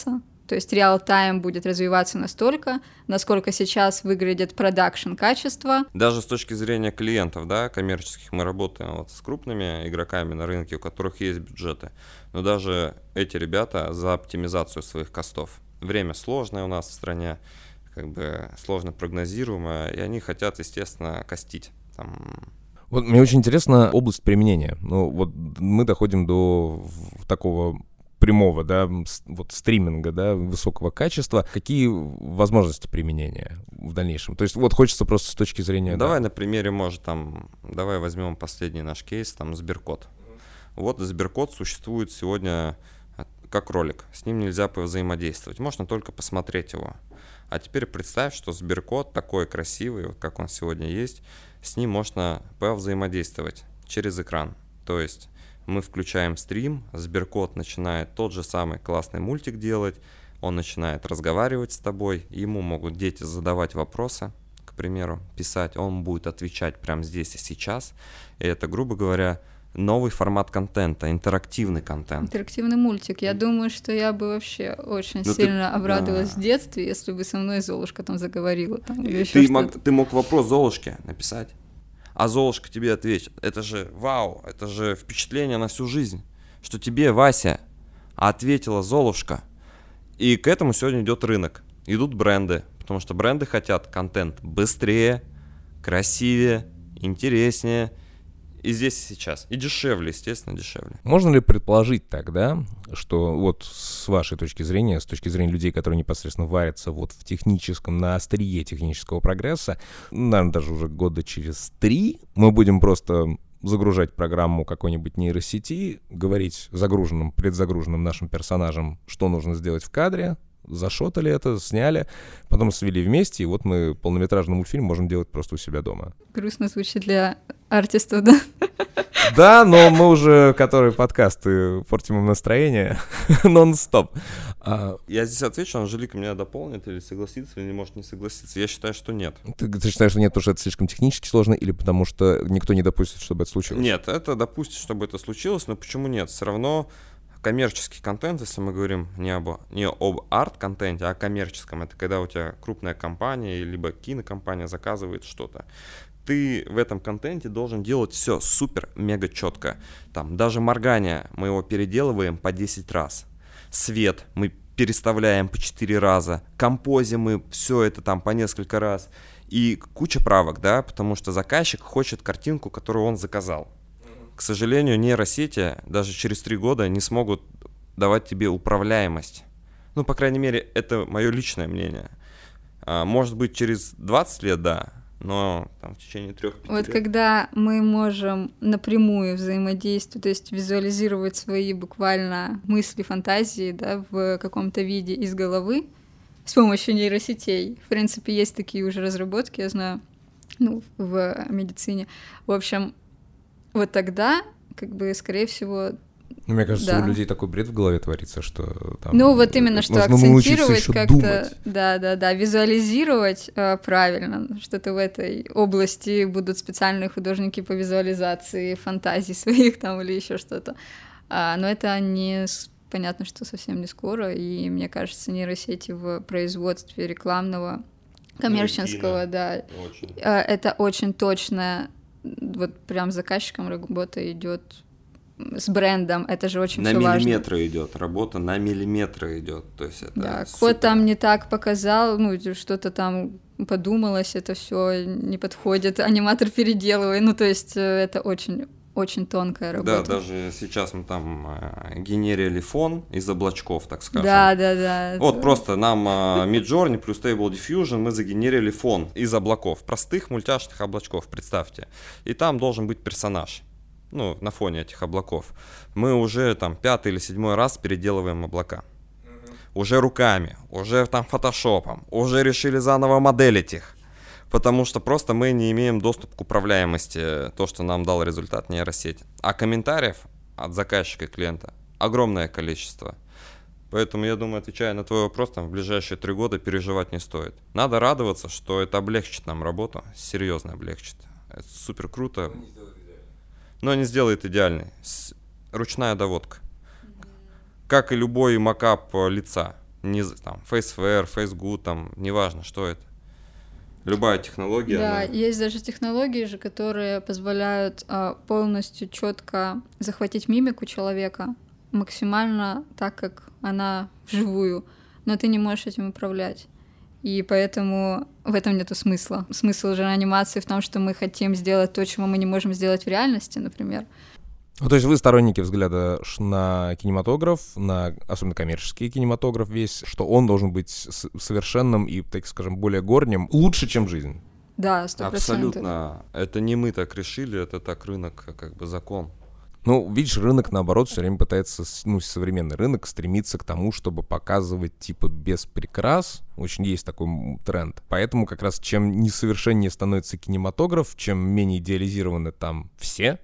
То есть реал-тайм будет развиваться настолько, насколько сейчас выглядит продакшн-качество. Даже с точки зрения клиентов, да, коммерческих, мы работаем вот с крупными игроками на рынке, у которых есть бюджеты. Но даже эти ребята за оптимизацию своих костов. Время сложное у нас в стране, как бы сложно прогнозируемое, и они хотят, естественно, костить. Там... Вот мне очень интересна область применения. Ну, вот мы доходим до такого прямого, да, вот стриминга, да, высокого качества. Какие возможности применения в дальнейшем? То есть вот хочется просто с точки зрения... Давай да. на примере, может, там, давай возьмем последний наш кейс, там, Сберкот. Вот Сберкот существует сегодня как ролик, с ним нельзя повзаимодействовать, можно только посмотреть его. А теперь представь, что Сберкот такой красивый, вот как он сегодня есть, с ним можно повзаимодействовать через экран. То есть мы включаем стрим, Сберкот начинает тот же самый классный мультик делать, он начинает разговаривать с тобой, ему могут дети задавать вопросы, к примеру, писать, он будет отвечать прямо здесь и сейчас. И это, грубо говоря, новый формат контента, интерактивный контент. Интерактивный мультик. Я думаю, что я бы вообще очень ну, сильно ты... обрадовалась да. в детстве, если бы со мной Золушка там заговорила. Там, или ты, еще мог, ты мог вопрос Золушке написать, а Золушка тебе ответит. Это же вау, это же впечатление на всю жизнь, что тебе, Вася, ответила Золушка. И к этому сегодня идет рынок. Идут бренды, потому что бренды хотят контент быстрее, красивее, интереснее. И здесь и сейчас. И дешевле, естественно, дешевле. Можно ли предположить тогда, что вот с вашей точки зрения, с точки зрения людей, которые непосредственно варятся вот в техническом, на острие технического прогресса, наверное, даже уже года через три мы будем просто загружать программу какой-нибудь нейросети, говорить загруженным, предзагруженным нашим персонажам, что нужно сделать в кадре, зашотали это, сняли, потом свели вместе, и вот мы полнометражный мультфильм можем делать просто у себя дома. Грустно звучит для артистов, да? Да, но мы уже, которые подкасты, портим им настроение нон-стоп. А... Я здесь отвечу, Анжелика меня дополнит или согласится, или может не согласиться. Я считаю, что нет. Ты, ты считаешь, что нет, потому что это слишком технически сложно, или потому что никто не допустит, чтобы это случилось? Нет, это допустит, чтобы это случилось, но почему нет? Все равно коммерческий контент, если мы говорим не об, не об арт-контенте, а о коммерческом, это когда у тебя крупная компания, либо кинокомпания заказывает что-то. Ты в этом контенте должен делать все супер-мега четко. Там даже моргание мы его переделываем по десять раз. Свет мы переставляем по четыре раза. Композим мы все это там по несколько раз. И куча правок, да, потому что заказчик хочет картинку, которую он заказал. К сожалению, нейросети даже через три года не смогут давать тебе управляемость. Ну, по крайней мере, это мое личное мнение. А, может быть, через двадцать лет, да, но там, в течение трех-пяти Вот лет. когда мы можем напрямую взаимодействовать, то есть визуализировать свои буквально мысли, фантазии, да, в каком-то виде из головы с помощью нейросетей. В принципе, есть такие уже разработки, я знаю, ну, в медицине. В общем, вот тогда, как бы, скорее всего... Мне кажется, да. у людей такой бред в голове творится, что там... Ну, вот именно, что акцентировать как-то... Да-да-да, визуализировать э, правильно. Что-то в этой области будут специальные художники по визуализации фантазий своих там или еще что-то. А, но это не... Понятно, что совсем не скоро, и, мне кажется, нейросети в производстве рекламного, коммерческого, да, очень. Это очень точно, вот прям заказчиком работа идет с брендом, это же очень на всё важно. На миллиметры идет, работа на миллиметры идет, то есть это да, супер. код там не так показал, ну, что-то там подумалось, это все не подходит, аниматор переделывает, ну, то есть это очень... Очень тонкая работа. Да, даже сейчас мы там э, генерили фон из облачков, так скажем. Да, да, да. Вот это... просто нам э, Midjourney плюс Stable Diffusion мы загенерили фон из облаков, простых мультяшных облачков, представьте. И там должен быть персонаж, ну, на фоне этих облаков. Мы уже там пятый или седьмой раз переделываем облака. Mm-hmm. Уже руками, уже там фотошопом, уже решили заново моделить их. Потому что просто мы не имеем доступ к управляемости, то, что нам дал результат нейросети. А комментариев от заказчика и клиента огромное количество. Поэтому, я думаю, отвечая на твой вопрос, там, в ближайшие три года переживать не стоит. Надо радоваться, что это облегчит нам работу, серьезно облегчит. Это супер круто. Но не сделает идеальной. Ручная доводка. Как и любой макап лица. Не, там, FaceFair, FaceGood, там, неважно, что это. Любая технология. Да, она... есть даже технологии же, которые позволяют а, полностью четко захватить мимику человека, максимально так, как она вживую, но ты не можешь этим управлять. И поэтому в этом нету смысла. Смысл же анимации в том, что мы хотим сделать то, чего мы не можем сделать в реальности, например. Ну, то есть вы сторонники взгляда на кинематограф, на особенно коммерческий кинематограф весь, что он должен быть совершенным и, так скажем, более горним, лучше, чем жизнь. Да, сто процентов. Абсолютно. Это не мы так решили, это так рынок, как бы закон. Ну, видишь, рынок, наоборот, все время пытается, ну, современный рынок стремится к тому, чтобы показывать, типа, без прикрас. Очень есть такой тренд. Поэтому как раз чем несовершеннее становится кинематограф, чем менее идеализированы там все,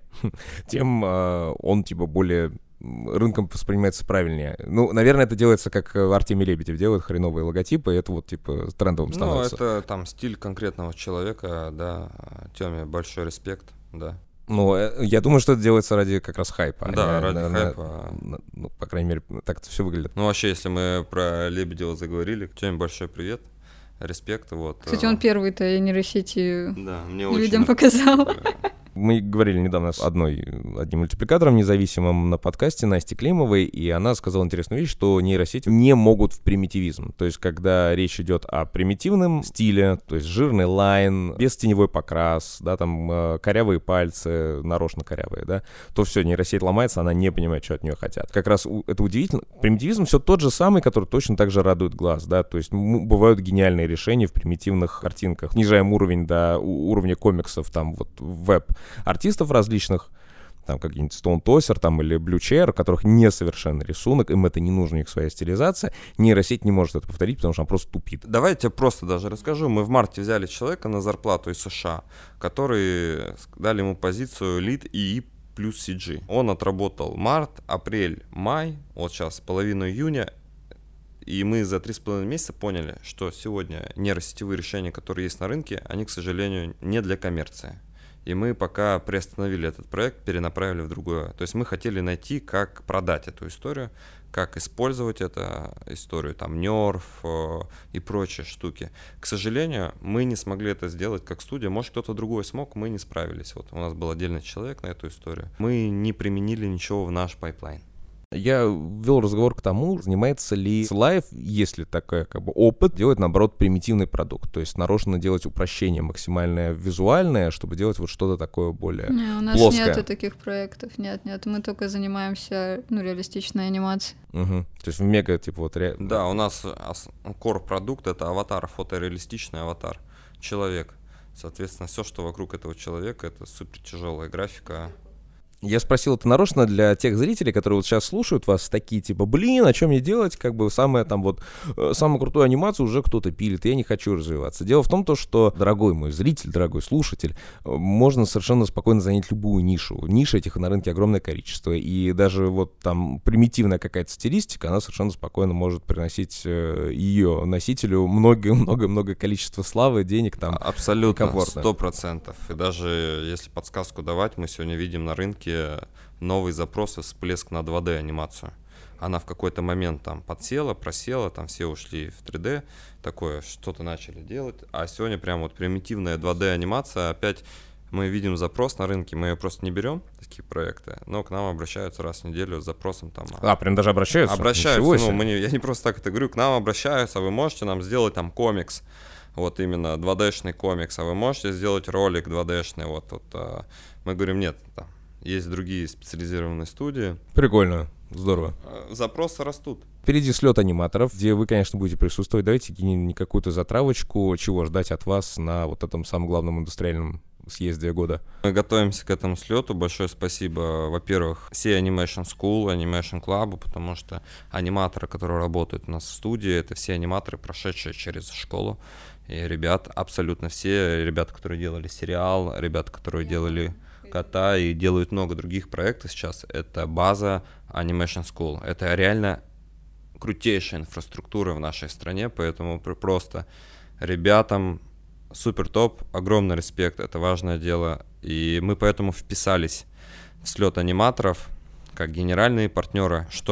тем э, он, типа, более рынком воспринимается правильнее. Ну, наверное, это делается, как Артемий Лебедев делает хреновые логотипы, и это вот, типа, трендовым становится. Ну, это там стиль конкретного человека, да. Тёме большой респект, да. Ну, я думаю, что это делается ради как раз хайпа. Да, а ради на, хайпа. На, ну, по крайней мере, так это все выглядит. Ну, вообще, если мы про Лебедева заговорили, Тёме большой привет, респект, вот. Кстати, он первый-то нейросети да, мне людям очень... показал. Мы говорили недавно с одной, одним мультипликатором независимым на подкасте Настей Климовой, и она сказала интересную вещь, что нейросети не могут в примитивизм. То есть, когда речь идет о примитивном стиле, то есть жирный лайн, без теневой покрас, да, там корявые пальцы, нарочно корявые, да, то все, нейросеть ломается, она не понимает, что от нее хотят. Как раз это удивительно. Примитивизм все тот же самый, который точно так же радует глаз, да, то есть бывают гениальные решения в примитивных картинках. Снижаем уровень до уровня комиксов, там вот веб артистов различных, там какие-нибудь Stone Tosser там, или Blue Chair, у которых несовершенный рисунок, им это не нужно, у них своя стилизация, нейросеть не может это повторить, потому что она просто тупит. Давай я тебе просто даже расскажу. Мы в марте взяли человека на зарплату из США, который дали ему позицию Lead и и плюс си джи. Он отработал март, апрель, май, вот сейчас половину июня, и мы за три с половиной месяца поняли, что сегодня нейросетевые решения, которые есть на рынке, они, к сожалению, не для коммерции. И мы пока приостановили этот проект, перенаправили в другое. То есть мы хотели найти, как продать эту историю, как использовать эту историю, там, нерф э, и прочие штуки. К сожалению, мы не смогли это сделать как студия. Может, кто-то другой смог, мы не справились. Вот у нас был отдельный человек на эту историю. Мы не применили ничего в наш пайплайн. Я ввел разговор к тому, занимается ли Live, если такой как бы опыт, делать, наоборот, примитивный продукт. То есть нарочно делать упрощение максимальное визуальное, чтобы делать вот что-то такое более не, у нас плоское. Нету таких проектов, нет, нет. Мы только занимаемся, ну, реалистичной анимацией. Угу. То есть в мега, типа, вот... Ре... Да, у нас core-продукт — это аватар, фотореалистичный аватар, человек. Соответственно, все, что вокруг этого человека, это супер тяжелая графика. Я спросил это нарочно для тех зрителей, которые вот сейчас слушают вас, такие типа, блин, а что мне делать? Как бы самое там вот, самую крутую анимацию уже кто-то пилит, я не хочу развиваться. Дело в том, то, что, дорогой мой зритель, дорогой слушатель, можно совершенно спокойно занять любую нишу. Ниш этих на рынке огромное количество, и даже вот там примитивная какая-то стилистика, она совершенно спокойно может приносить ее носителю много-много-много количество славы, денег там. Абсолютно, сто процентов. И даже если подсказку давать, мы сегодня видим на рынке новый запрос и всплеск на два дэ анимацию. Она в какой-то момент там подсела, просела, там все ушли в три дэ, такое что-то начали делать, а сегодня прям вот примитивная два дэ анимация, опять мы видим запрос на рынке, мы ее просто не берем, такие проекты, но к нам обращаются раз в неделю с запросом там. А, прям даже обращаются? Обращаются, ну, мы не, я не просто так это говорю, к нам обращаются, вы можете нам сделать там комикс, вот именно два дэ-шный комикс, а вы можете сделать ролик два дэ-шный, вот, вот а, мы говорим, нет, там, есть другие специализированные студии. Прикольно, здорово. Запросы растут. Впереди слет аниматоров, где вы, конечно, будете присутствовать. Давайте кинем какую-то затравочку, чего ждать от вас на вот этом самом главном индустриальном съезде года. Мы готовимся к этому слету. Большое спасибо, во-первых, всей Animation School, Animation Club, потому что аниматоры, которые работают у нас в студии, это все аниматоры, прошедшие через школу. И ребят, абсолютно все, ребята, которые делали сериал, ребята, которые делали Кота и делают много других проектов сейчас, это база Animation School. Это реально крутейшая инфраструктура в нашей стране, поэтому просто ребятам супер топ, огромный респект, это важное дело. И мы поэтому вписались в слет аниматоров как генеральные партнеры, чтобы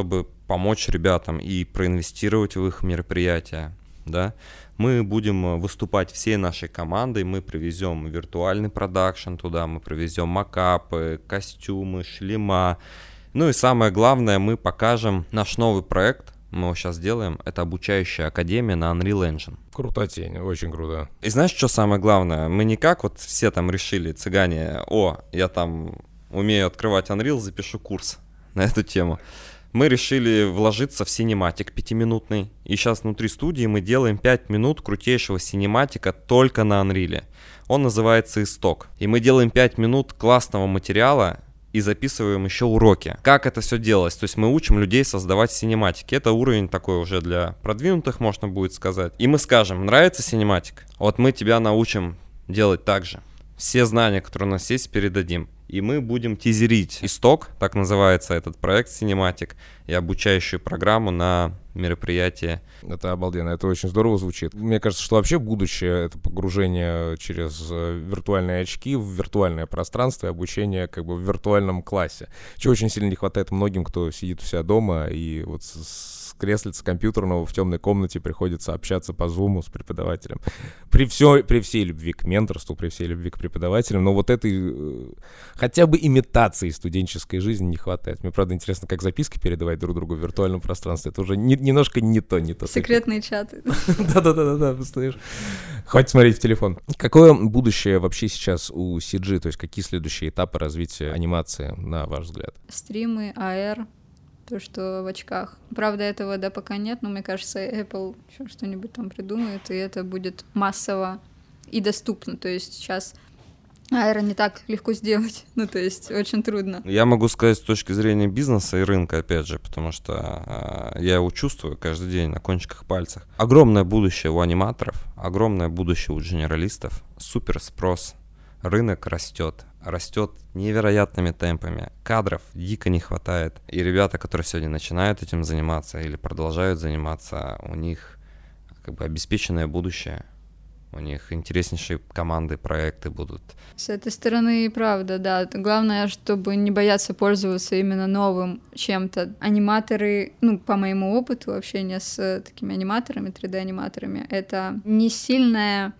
помочь ребятам и проинвестировать в их мероприятия, да. Мы будем выступать всей нашей командой, мы привезем виртуальный продакшн туда, мы привезем макапы, костюмы, шлема. Ну и самое главное, мы покажем наш новый проект, мы его сейчас делаем, это обучающая академия на Unreal Engine. Круто, тень, очень круто. И знаешь, что самое главное? Мы не как вот все там решили, цыгане, о, я там умею открывать Unreal, запишу курс на эту тему. Мы решили вложиться в синематик пятиминутный, и сейчас внутри студии мы делаем пять минут крутейшего синематика только на Unreal. Он называется «Исток». И мы делаем пять минут классного материала и записываем еще уроки. Как это все делалось? То есть мы учим людей создавать синематики. Это уровень такой уже для продвинутых, можно будет сказать. И мы скажем, нравится синематик? Вот мы тебя научим делать так же. Все знания, которые у нас есть, передадим. И мы будем тизерить «Исток», так называется этот проект «Синематик», и обучающую программу на мероприятие. Это обалденно, это очень здорово звучит. Мне кажется, что вообще будущее — это погружение через виртуальные очки в виртуальное пространство и обучение как бы в виртуальном классе. Чего очень сильно не хватает многим, кто сидит у себя дома и вот с креслица компьютерного в темной комнате приходится общаться по зуму с преподавателем. При, все, при всей любви к менторству, при всей любви к преподавателям, но вот этой э, хотя бы имитации студенческой жизни не хватает. Мне, правда, интересно, как записки передавать друг другу в виртуальном пространстве. Это уже не, немножко не то, не то. Секретные чаты. Да-да-да, представляешь. Хватит смотреть в телефон. Какое будущее вообще сейчас у си джи? То есть какие следующие этапы развития анимации, на ваш взгляд? Стримы, эй ар, то, что в очках. Правда, этого да пока нет, но мне кажется, Apple еще что-нибудь там придумает, и это будет массово и доступно. То есть сейчас эй ар не так легко сделать, ну то есть очень трудно. Я могу сказать с точки зрения бизнеса и рынка, опять же, потому что э, я его чувствую каждый день на кончиках пальцев. Огромное будущее у аниматоров, огромное будущее у генералистов, супер спрос, рынок растет. Растет невероятными темпами, кадров дико не хватает. И ребята, которые сегодня начинают этим заниматься или продолжают заниматься, у них как бы обеспеченное будущее. У них интереснейшие команды, проекты будут. С этой стороны, правда, да. Главное, чтобы не бояться пользоваться именно новым чем-то. Аниматоры, ну, по моему опыту общения с такими аниматорами, три дэ-аниматорами, это не сильная...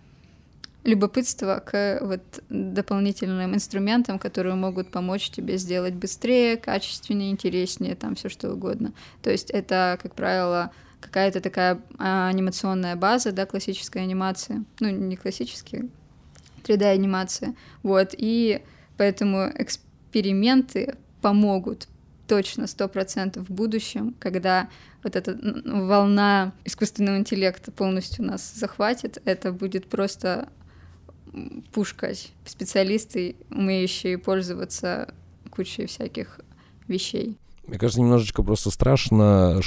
любопытство к вот дополнительным инструментам, которые могут помочь тебе сделать быстрее, качественнее, интереснее, там все что угодно. То есть это, как правило, какая-то такая анимационная база, да, классической анимации, ну, не классические, три дэ-анимация, вот, и поэтому эксперименты помогут точно сто процентов в будущем, когда вот эта волна искусственного интеллекта полностью нас захватит, это будет просто пушкать специалисты, умеющие пользоваться кучей всяких вещей. Мне кажется, немножечко просто страшно,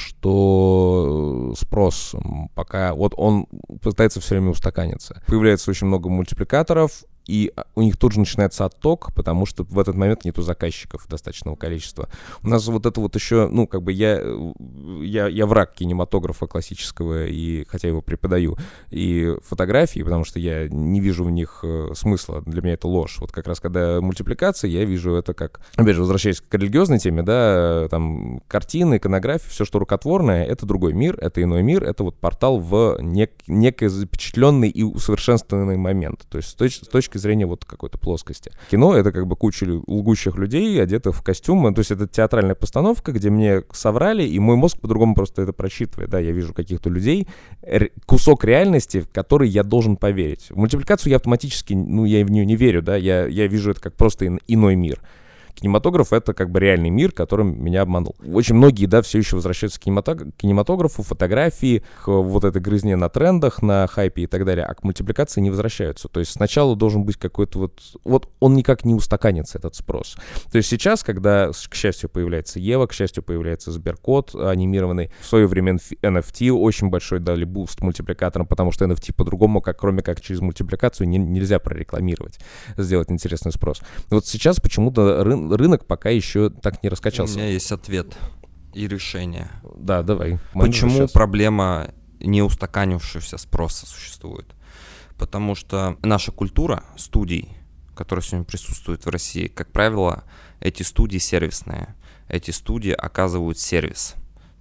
что спрос пока... Вот он пытается все время устаканиться. Появляется очень много мультипликаторов, и у них тут же начинается отток, потому что в этот момент нету заказчиков достаточного количества. У нас вот это вот еще, ну, как бы я, я, я враг кинематографа классического, и, хотя его преподаю, и фотографии, потому что я не вижу в них смысла, для меня это ложь. Вот как раз когда мультипликация, я вижу это как, опять же, возвращаясь к религиозной теме, да, там, картины, иконография, все, что рукотворное, это другой мир, это иной мир, это вот портал в нек, некий запечатленный и усовершенствованный момент. То есть с точки, с точки зрения вот какой-то плоскости. Кино — это как бы куча лгущих людей, одетых в костюмы, то есть это театральная постановка, где мне соврали, и мой мозг по-другому просто это просчитывает, да, я вижу каких-то людей, кусок реальности, в который я должен поверить. В мультипликацию я автоматически, ну, я в нее не верю, да, я, я вижу это как просто иной мир. Кинематограф — это как бы реальный мир, которым меня обманул. Очень многие, да, все еще возвращаются к кинематографу, фотографии, к вот этой грызне на трендах, на хайпе и так далее, а к мультипликации не возвращаются. То есть сначала должен быть какой-то вот... Вот он никак не устаканится, этот спрос. То есть сейчас, когда, к счастью, появляется Ева, к счастью, появляется Сберкот анимированный, в свое время эн эф ти очень большой дали буст мультипликаторам, потому что эн эф ти по-другому, как, кроме как через мультипликацию, не, нельзя прорекламировать, сделать интересный спрос. Вот сейчас почему-то рынок рынок пока еще так не раскачался. У меня есть ответ и решение. Да, давай. Почему проблема неустаканившегося спроса существует? Потому что наша культура студий, которая сегодня присутствует в России, как правило, эти студии сервисные. Эти студии оказывают сервис.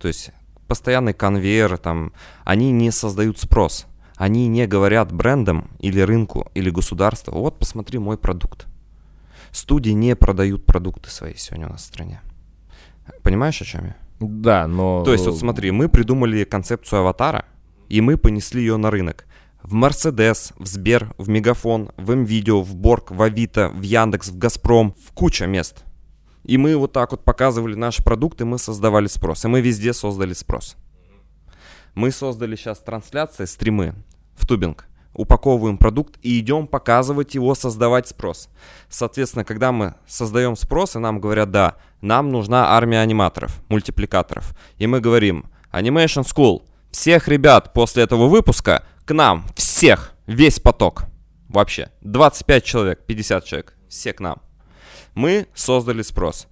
То есть постоянный конвейер, там, они не создают спрос. Они не говорят брендам или рынку, или государству: вот посмотри мой продукт. Студии не продают продукты свои сегодня у нас в стране. Понимаешь, о чем я? Да, но... То есть вот смотри, мы придумали концепцию аватара, и мы понесли ее на рынок. В Мерседес, в Сбер, в Мегафон, в М-Видео, в Борг, в Авито, в Яндекс, в Газпром, в куча мест. И мы вот так вот показывали наши продукты, мы создавали спрос. И мы везде создали спрос. Мы создали сейчас трансляции, стримы в тубинг. Упаковываем продукт и идем показывать его, создавать спрос. Соответственно, когда мы создаем спрос, и нам говорят: да, нам нужна армия аниматоров, мультипликаторов. И мы говорим: Animation School, всех ребят после этого выпуска к нам, всех, весь поток. Вообще, двадцать пять человек, пятьдесят человек, все к нам. Мы создали спрос.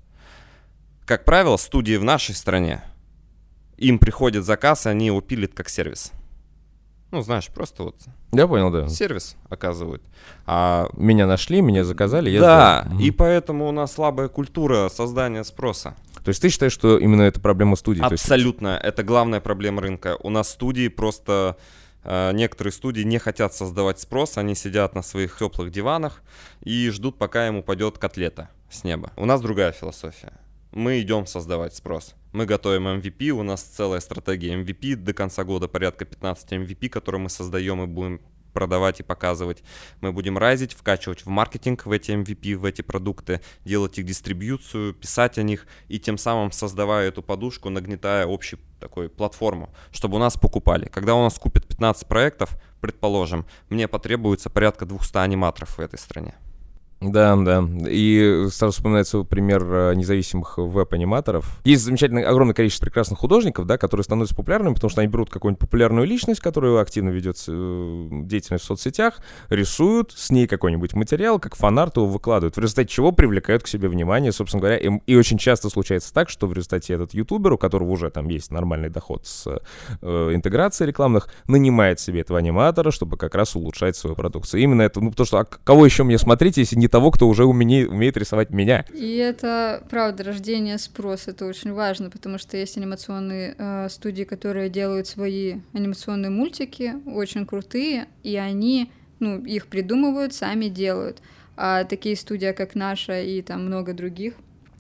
Как правило, студии в нашей стране, им приходит заказ, и они его пилят как сервис. Ну, знаешь, просто вот... Я понял, да. Сервис оказывают. А... Меня нашли, меня заказали, я Да, сделал. И поэтому у нас слабая культура создания спроса. То есть ты считаешь, что именно это проблема студии? Абсолютно. Есть... Это главная проблема рынка. У нас студии просто... Э, некоторые студии не хотят создавать спрос. Они сидят на своих теплых диванах и ждут, пока им упадет котлета с неба. У нас другая философия. Мы идем создавать спрос. Мы готовим эм ви пи, у нас целая стратегия эм ви пи, до конца года порядка пятнадцать эм ви пи, которые мы создаем и будем продавать и показывать. Мы будем райзить, вкачивать в маркетинг в эти эм ви пи, в эти продукты, делать их дистрибьюцию, писать о них и тем самым создавая эту подушку, нагнетая общую такую платформу, чтобы у нас покупали. Когда у нас купят пятнадцать проектов, предположим, мне потребуется порядка двести аниматоров в этой стране. Да, да. И сразу вспоминается пример независимых веб-аниматоров. Есть замечательное, огромное количество прекрасных художников, да, которые становятся популярными, потому что они берут какую-нибудь популярную личность, которая активно ведет деятельность в соцсетях, рисуют с ней какой-нибудь материал, как фанарт его выкладывают, в результате чего привлекают к себе внимание, собственно говоря. И, и очень часто случается так, что в результате этот ютубер, у которого уже там есть нормальный доход с э, интеграцией рекламных, нанимает себе этого аниматора, чтобы как раз улучшать свою продукцию. И именно это, ну, потому что а кого еще мне смотреть, если не того, кто уже умеет, умеет рисовать меня. И это, правда, рождение спроса, это очень важно, потому что есть анимационные э, студии, которые делают свои анимационные мультики, очень крутые, и они, ну, их придумывают, сами делают. А такие студии, как наша и там много других,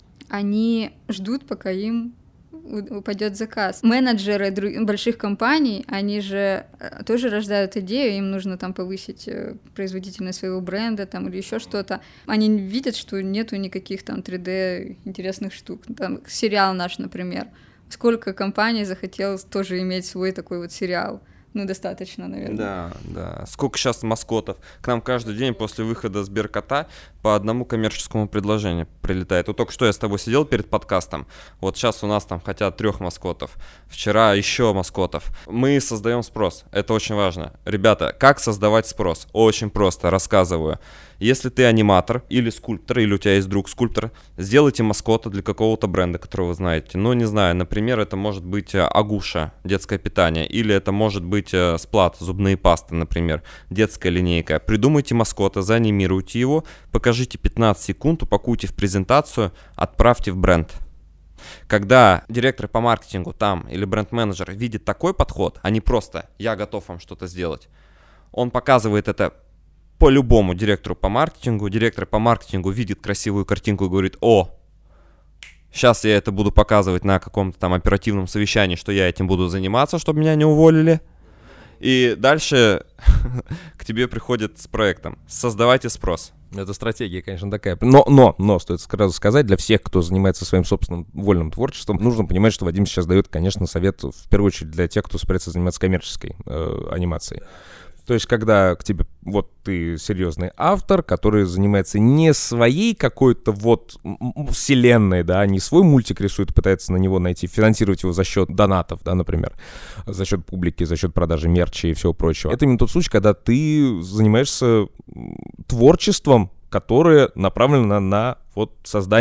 они ждут, пока им упадет заказ. Менеджеры друг... больших компаний, они же тоже рождают идею, им нужно там повысить производительность своего бренда там, или еще что-то. Они видят, что нету никаких там три дэ интересных штук. Там сериал наш, например. Сколько компаний захотелось тоже иметь свой такой вот сериал. Ну, достаточно, наверное. Да, да. Сколько сейчас маскотов. К нам каждый день после выхода Сберкота по одному коммерческому предложению прилетает. Вот только что я с тобой сидел перед подкастом. Вот сейчас у нас там хотят трех маскотов. Вчера еще маскотов. Мы создаем спрос. Это очень важно. Ребята, как создавать спрос? Очень просто. Рассказываю. Если ты аниматор или скульптор, или у тебя есть друг скульптор, сделайте маскота для какого-то бренда, которого вы знаете. Ну, не знаю, например, это может быть Агуша, детское питание, или это может быть Сплат, зубные пасты, например, детская линейка. Придумайте маскота, заанимируйте его, покажите пятнадцать секунд, упакуйте в презентацию, отправьте в бренд. Когда директор по маркетингу там или бренд-менеджер видит такой подход, а не просто «я готов вам что-то сделать», он показывает это по любому директору по маркетингу. Директор по маркетингу видит красивую картинку и говорит: о, сейчас я это буду показывать на каком-то там оперативном совещании, что я этим буду заниматься, чтобы меня не уволили. И дальше к тебе приходит с проектом. Создавайте спрос. Это стратегия, конечно, такая. Но, но, но, стоит сразу сказать, для всех, кто занимается своим собственным вольным творчеством, нужно понимать, что Вадим сейчас дает, конечно, совет, в первую очередь, для тех, кто собирается заниматься коммерческой э, анимацией. То есть, когда к тебе, вот ты серьезный автор, который занимается не своей какой-то вот вселенной, да, не свой мультик рисует, пытается на него найти, финансировать его за счет донатов, да, например, за счет публики, за счет продажи мерча и всего прочего. Это именно тот случай, когда ты занимаешься творчеством, которое направлено на вот создание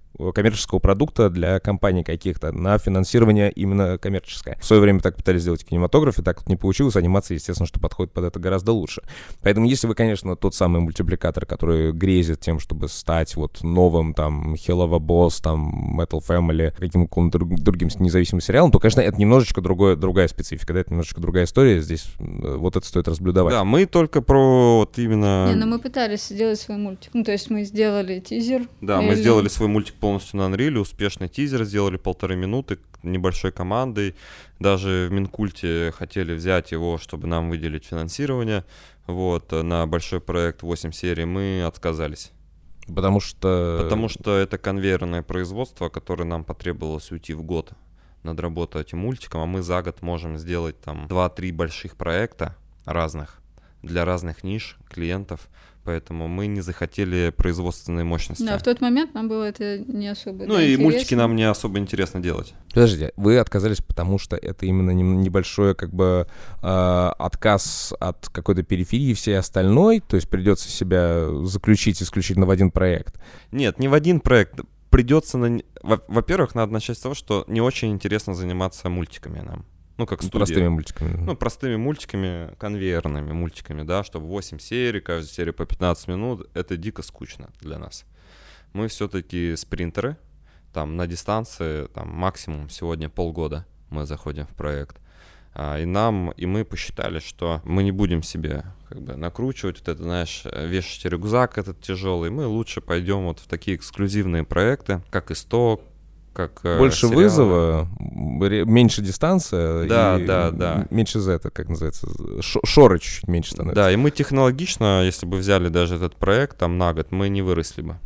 коммерческого продукта для компаний каких-то, на финансирование именно коммерческое. В свое время так пытались сделать в кинематографе, так вот не получилось. Анимация, естественно, что подходит под это гораздо лучше. Поэтому если вы, конечно, тот самый мультипликатор, который грезит тем, чтобы стать вот новым там Hell of a Boss, там Metal Family, каким-то другим независимым сериалом, то, конечно, это немножечко другое, другая специфика, да, это немножечко другая история. Здесь вот это стоит разблюдовать. Да, мы только про вот именно... Не, ну мы пытались сделать свой мультик. Ну, то есть мы сделали тизер. Да, или... мы сделали свой мультик полностью на Unreal, успешный тизер, сделали полторы минуты небольшой командой. Даже в Минкульте хотели взять его, чтобы нам выделить финансирование. Вот, на большой проект восемь серий мы отказались. Потому что... Потому что это конвейерное производство, которое нам потребовалось уйти в год над работой этим мультиком, а мы за год можем сделать там два-три больших проекта разных для разных ниш, клиентов. Поэтому мы не захотели производственной мощности. Да, в тот момент нам было это не особо Ну да, и интересно. мультики нам не особо интересно делать. Подождите, вы отказались, потому что это именно небольшой как бы э, отказ от какой-то периферии всей остальной, то есть придется себя заключить исключительно в один проект? Нет, не в один проект. Придется на... Во-первых, надо начать с того, что не очень интересно заниматься мультиками нам. Ну, как студия. Простыми мультиками. Ну, простыми мультиками, конвейерными мультиками, да, чтобы восемь серий, каждая серия по пятнадцать минут, это дико скучно для нас. Мы все-таки спринтеры, там, на дистанции, там, максимум сегодня полгода мы заходим в проект. А, и нам, и мы посчитали, что мы не будем себе, как бы, накручивать вот это, знаешь, вешать рюкзак этот тяжелый, мы лучше пойдем вот в такие эксклюзивные проекты, как «Исток», как больше сериалы. Вызова, меньше дистанция, да, и да, да. меньше за это, как называется, шоры чуть-чуть меньше становятся. Да, и мы технологично, если бы взяли даже этот проект там на год, мы не выросли бы.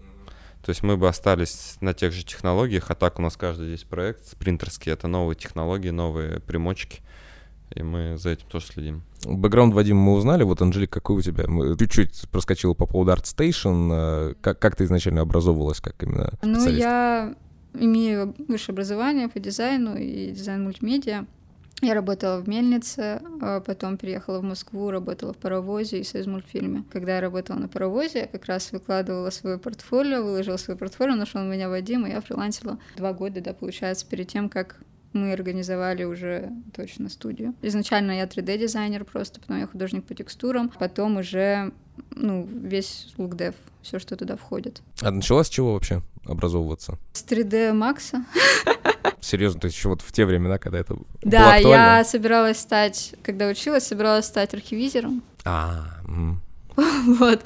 То есть мы бы остались на тех же технологиях, а так у нас каждый здесь проект спринтерский, это новые технологии, новые примочки, и мы за этим тоже следим. Бэкграунд Вадима мы узнали, вот, Анжелика, какой у тебя? Мы чуть-чуть проскочила по поводу ArtStation, как, как ты изначально образовывалась, как именно специалист? Ну, я... имею высшее образование по дизайну и дизайн мультимедиа. Я работала в Мельнице, а потом переехала в Москву, работала в «Паровозе» и «Союзмультфильме». Когда я работала на «Паровозе», я как раз выкладывала свое портфолио, выложила свое портфолио, нашел меня Вадим, и я фрилансила два года, да, получается, перед тем, как мы организовали уже точно студию. Изначально я три дэ-дизайнер просто, потом я художник по текстурам, потом уже, ну, весь лукдев, все, что туда входит. А начала с чего вообще образовываться? С три дэ Макса. Серьезно, то есть еще вот в те времена, когда это было Да, актуально? я собиралась стать, когда училась, собиралась стать архивизером. А, м. Вот.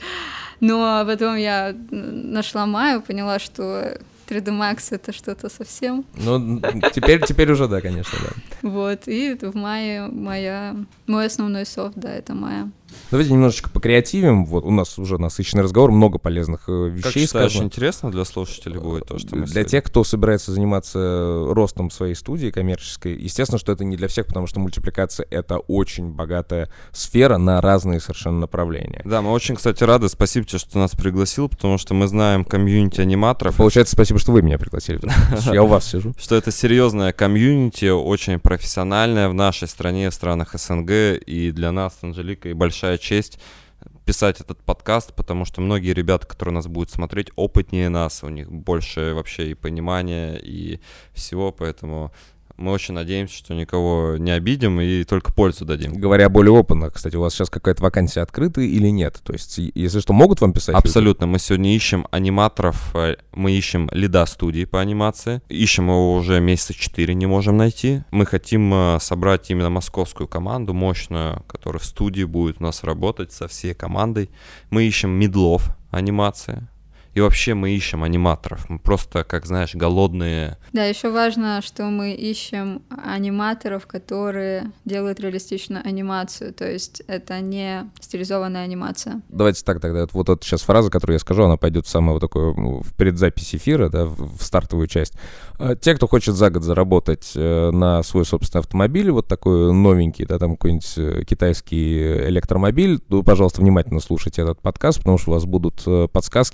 Но потом я нашла Майю, поняла, что три дэ Max — это что-то совсем. Ну, теперь, теперь уже да, конечно, да. Вот, и в мае моя, мой основной софт, да, это Майя. Давайте немножечко покреативим. Вот у нас уже насыщенный разговор, много полезных вещей как считаешь, сказано. Интересно для слушателей будет то, что мы Для сегодня... тех, кто собирается заниматься ростом своей студии коммерческой, естественно, что это не для всех, потому что мультипликация — это очень богатая сфера на разные совершенно направления. Да, мы очень, кстати, рады. Спасибо тебе, что ты нас пригласил, потому что мы знаем комьюнити аниматоров. Получается, спасибо, что вы меня пригласили. Я у вас сижу. Что это серьезное комьюнити, очень профессиональное в нашей стране, в странах СНГ, и для нас с Анжеликой большая честь писать этот подкаст, потому что многие ребята, которые нас будут смотреть, опытнее нас, у них больше вообще и понимания, и всего, поэтому мы очень надеемся, что никого не обидим и только пользу дадим. Говоря более опытно, кстати, у вас сейчас какая-то вакансия открыта или нет? То есть, если что, могут вам писать? Абсолютно. Мы сегодня ищем аниматоров, мы ищем лида студии по анимации. Ищем его уже месяца четыре, не можем найти. Мы хотим собрать именно московскую команду, мощную, которая в студии будет у нас работать со всей командой. Мы ищем мидлов анимации. И вообще мы ищем аниматоров. Мы просто, как знаешь, голодные. Да, еще важно, что мы ищем аниматоров, которые делают реалистичную анимацию. То есть это не стилизованная анимация. Давайте так тогда. Вот эта сейчас фраза, которую я скажу, она пойдет в самую вот такую в предзапись эфира, да, в стартовую часть. Те, кто хочет за год заработать на свой собственный автомобиль, вот такой новенький, да, там какой-нибудь китайский электромобиль, то, пожалуйста, внимательно слушайте этот подкаст, потому что у вас будут подсказки, как, собственно,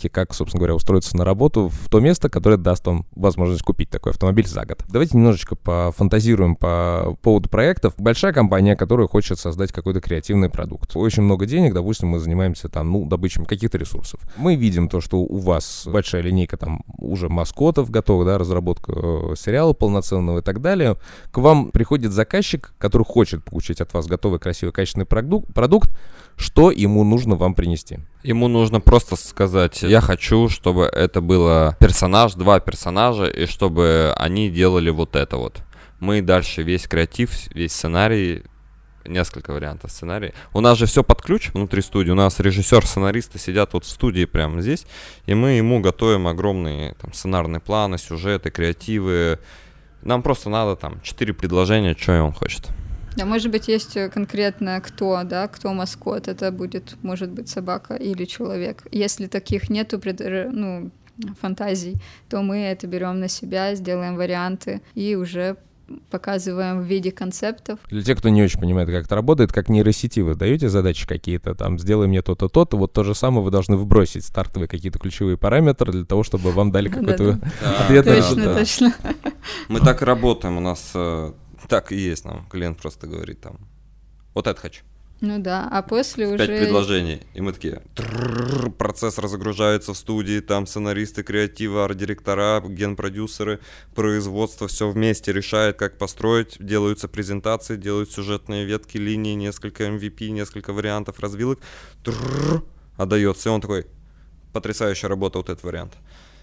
собственно говоря, устроиться на работу в то место, которое даст вам возможность купить такой автомобиль за год. Давайте немножечко пофантазируем по поводу проектов. Большая компания, которая хочет создать какой-то креативный продукт. Очень много денег, допустим, мы занимаемся там, ну, добычей каких-то ресурсов. Мы видим то, что у вас большая линейка там уже маскотов готова, да, разработка э, сериала полноценного и так далее. К вам приходит заказчик, который хочет получить от вас готовый, красивый, качественный продукт, продукт. Что ему нужно вам принести? Ему нужно просто сказать: я хочу, чтобы это было персонаж, два персонажа, и чтобы они делали вот это вот. Мы дальше весь креатив, весь сценарий, несколько вариантов сценария. У нас же все под ключ внутри студии. У нас режиссер, сценаристы сидят вот в студии прямо здесь, и мы ему готовим огромные там сценарные планы, сюжеты, креативы. Нам просто надо там четыре предложения, что он хочет. А может быть, есть конкретно кто, да, кто маскот, это будет, может быть, собака или человек. Если таких нету пред, ну, фантазий, то мы это берем на себя, сделаем варианты и уже показываем в виде концептов. Для тех, кто не очень понимает, как это работает, как нейросети вы даете задачи какие-то, там, сделай мне то-то, то-то, вот то же самое вы должны вбросить стартовые какие-то ключевые параметры для того, чтобы вам дали какой-то ответ. Точно, точно. Мы так и работаем, у нас так и есть, нам клиент просто говорит там: вот это хочу. Ну да, а после уже... Пять предложений, и мы такие, процесс разгружается в студии, там сценаристы, креативы, арт-директора, генпродюсеры, производство, все вместе решает, как построить, делаются презентации, делают сюжетные ветки, линии, несколько эм ви пи, несколько вариантов развилок, отдается, и он такой: потрясающая работа, вот этот вариант.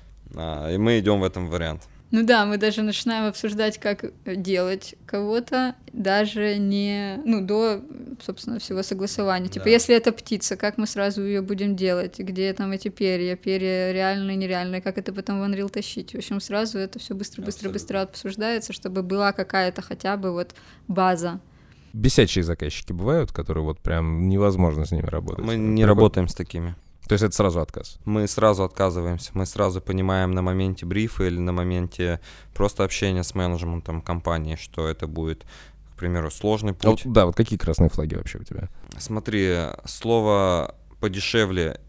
А, и мы идем в этом вариант. Ну да, мы даже начинаем обсуждать, как делать кого-то, даже не, ну, до, собственно, всего согласования. Типа, да. Если это птица, как мы сразу ее будем делать, где там эти перья, перья реальные, нереальные, как это потом в Unreal тащить. В общем, сразу это все быстро-быстро-быстро обсуждается, чтобы была какая-то хотя бы вот база. Бесячие заказчики бывают, которые вот прям невозможно с ними работать? Мы не Приход... работаем с такими. То есть это сразу отказ? Мы сразу отказываемся, мы сразу понимаем на моменте брифа или на моменте просто общения с менеджментом компании, что это будет, к примеру, сложный путь. А вот, да, вот какие красные флаги вообще у тебя? Смотри, слово подешевле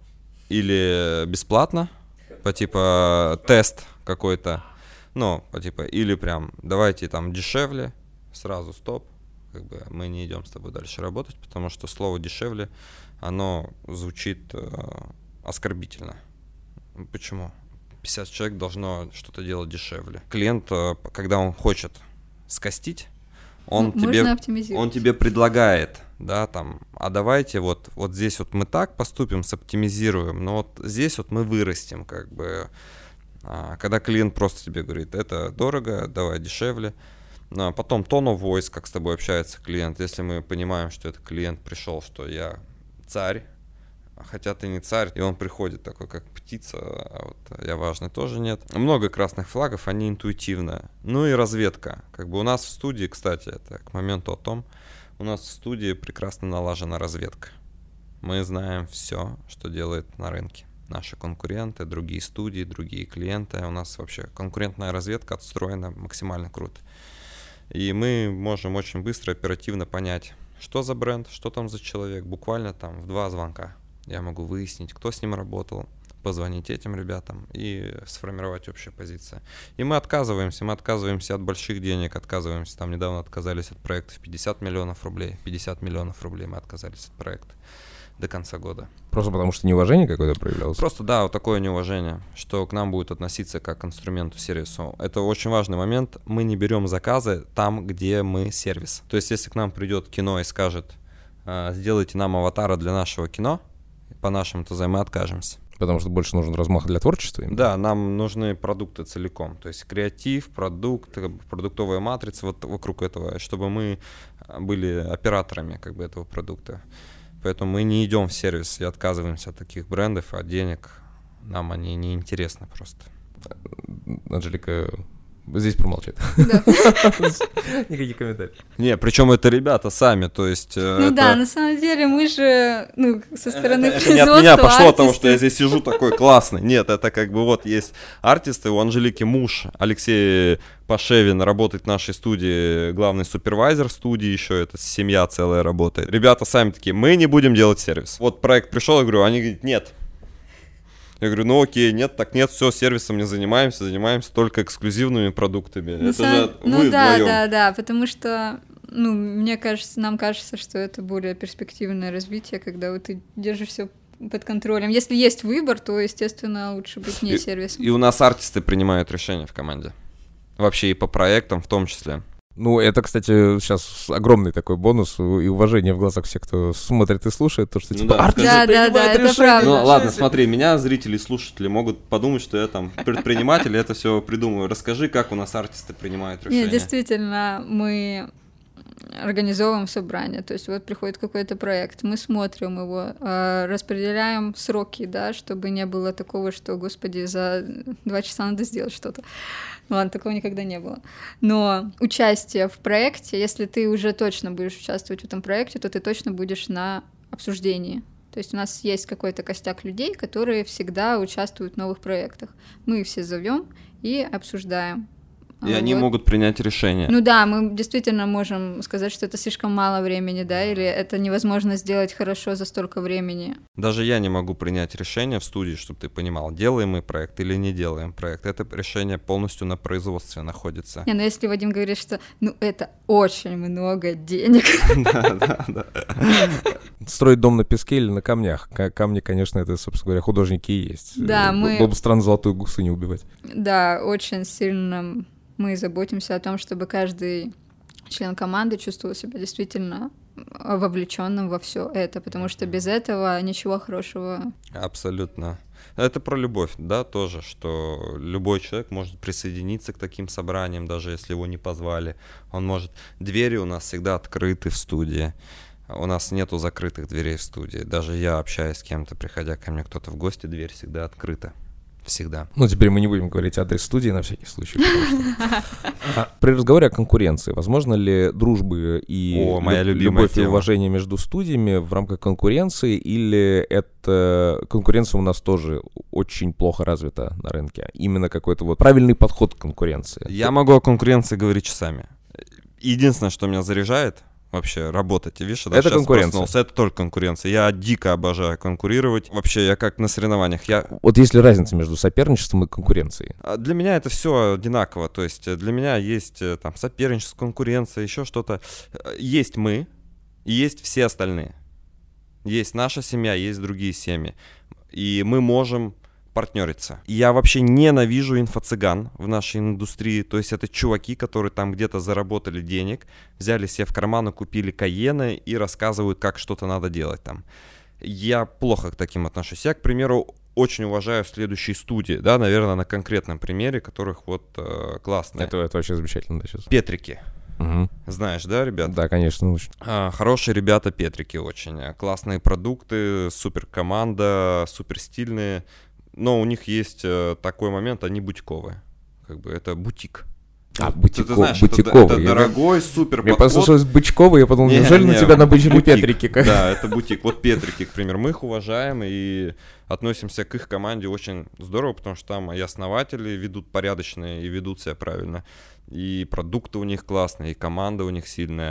или бесплатно, по типа тест какой-то, ну, по типа, или прям давайте там дешевле, сразу стоп, как бы мы не идем с тобой дальше работать, потому что слово дешевле, оно звучит э, оскорбительно. Почему? пятьдесят человек должно что-то делать дешевле. Клиент, э, когда он хочет скостить, он, ну, тебе, оптимизировать. Он тебе предлагает, да, там, а давайте вот, вот здесь вот мы так поступим, соптимизируем, но вот здесь вот мы вырастем, как бы. А, когда клиент просто тебе говорит: это дорого, давай дешевле. А потом tone of voice, как с тобой общается клиент. Если мы понимаем, что этот клиент пришел, что я царь, хотя ты не царь, и он приходит такой, как птица, а вот я важный тоже нет. Много красных флагов, они интуитивно. Ну и разведка. Как бы у нас в студии, кстати, это к моменту о том, у нас в студии прекрасно налажена разведка. Мы знаем все, что делает на рынке. Наши конкуренты, другие студии, другие клиенты. У нас вообще конкурентная разведка отстроена максимально круто. И мы можем очень быстро, оперативно понять, что за бренд, что там за человек. Буквально там в два звонка я могу выяснить, кто с ним работал, позвонить этим ребятам и сформировать общую позицию. И мы отказываемся, мы отказываемся от больших денег, отказываемся. Там недавно отказались от проектов пятьдесят миллионов рублей. пятьдесят миллионов рублей мы отказались от проекта до конца года. Просто потому что неуважение какое-то проявлялось? Просто, да, вот такое неуважение, что к нам будет относиться как к инструменту сервису. Это очень важный момент. Мы не берем заказы там, где мы сервис. То есть, если к нам придет кино и скажет: сделайте нам аватара для нашего кино, по нашему ТЗ, мы откажемся. Потому что больше нужен размах для творчества? Именно? Да, нам нужны продукты целиком. То есть креатив, продукт, продуктовая матрица вот вокруг этого, чтобы мы были операторами как бы этого продукта. Поэтому мы не идем в сервис и отказываемся от таких брендов, от денег. Нам они не интересны просто. Анжелика здесь промолчит. Да. Никаких комментариев. Не, причем это ребята сами, то есть... Ну это... да, на самом деле мы же, ну, со стороны это, производства... Это не от меня пошло артисты. от того, что я здесь сижу такой классный. Нет, это как бы вот есть артисты, у Анжелики муж Алексей Пашевин работает в нашей студии, главный супервайзер студии, еще это семья целая работает. Ребята сами такие: мы не будем делать сервис. Вот проект пришел, я говорю, они говорят: нет. Я говорю, ну окей, нет, так нет, все, сервисом не занимаемся, занимаемся только эксклюзивными продуктами. Ну, это сам... же ну вы да, вдвоем. да, да, потому что, ну, мне кажется, нам кажется, что это более перспективное развитие, когда вот ты держишь все под контролем. Если есть выбор, то, естественно, лучше быть не и, сервисом. И у нас артисты принимают решения в команде. Вообще и по проектам в том числе. Ну, это, кстати, сейчас огромный такой бонус и уважение в глазах всех, кто смотрит и слушает, то, что Ну типа да, артисты да, да, да, это правда. Ну ладно, смотри, меня зрители и слушатели могут подумать, что я там предприниматель, это все придумываю. Расскажи, как у нас артисты принимают решения. Нет, действительно, мы организовываем собрание, то есть вот приходит какой-то проект, мы смотрим его, распределяем сроки, да, чтобы не было такого, что, господи, за два часа надо сделать что-то. Ладно, такого никогда не было. Но участие в проекте, если ты уже точно будешь участвовать в этом проекте, то ты точно будешь на обсуждении. То есть у нас есть какой-то костяк людей, которые всегда участвуют в новых проектах. Мы их все зовем и обсуждаем. И вот. Они могут принять решение. Ну да, мы действительно можем сказать, что это слишком мало времени, да, или это невозможно сделать хорошо за столько времени. Даже я не могу принять решение в студии, чтобы ты понимал, делаем мы проект или не делаем проект. Это решение полностью на производстве находится. Не, ну если Вадим говорит, что ну это очень много денег. Да, да, да. Строить дом на песке или на камнях. Камни, конечно, это, собственно говоря, художники и есть. Да, мы... Было бы странно золотую гусу не убивать. Да, очень сильно мы заботимся о том, чтобы каждый член команды чувствовал себя действительно вовлеченным во все это, потому что без этого ничего хорошего. Абсолютно. Это про любовь, да, тоже, что любой человек может присоединиться к таким собраниям, даже если его не позвали. Он может... Двери у нас всегда открыты в студии. У нас нету закрытых дверей в студии. Даже я, общаясь с кем-то, приходя ко мне кто-то в гости, дверь всегда открыта. Всегда. Ну, теперь мы не будем говорить адрес студии на всякий случай. При разговоре о конкуренции, возможно ли дружбы и любовь и уважение между студиями в рамках конкуренции, или эта конкуренция у нас тоже очень плохо развита на рынке? Именно какой-то вот правильный подход к конкуренции. Я могу о конкуренции говорить часами. Единственное, что меня заряжает, вообще работать. Видишь, это это конкуренция. Это только конкуренция. Я дико обожаю конкурировать. Вообще, я как на соревнованиях. Я... Вот есть ли разница между соперничеством и конкуренцией? Для меня это все одинаково. То есть для меня есть там соперничество, конкуренция, еще что-то. Есть мы, и есть все остальные. Есть наша семья, есть другие семьи. И мы можем партнериться. Я вообще ненавижу инфо-цыган в нашей индустрии, то есть это чуваки, которые там где-то заработали денег, взяли себе в карман и купили Кайены и рассказывают, как что-то надо делать там. Я плохо к таким отношусь. Я, к примеру, очень уважаю следующие студии, да, наверное, на конкретном примере, которых вот э, классные. Это, это вообще замечательно, да, сейчас. Петрики. Угу. Знаешь, да, ребят? Да, конечно. Очень. А, хорошие ребята, Петрики очень. Классные продукты, супер команда, супер стильные. Но у них есть э, такой момент, они бутиковые. Как бы это бутик. А, бутико, ты, ты знаешь, бутиковый. Это, это дорогой, супер Мне подход. послушалось бычковый, я подумал, не, неужели не, на тебя набычили бутик. Петрики? Как? Да, это бутик. Вот Петрики, к примеру, мы их уважаем и относимся к их команде очень здорово, потому что там и основатели ведут порядочные и ведут себя правильно. И продукты у них классные, и команда у них сильная.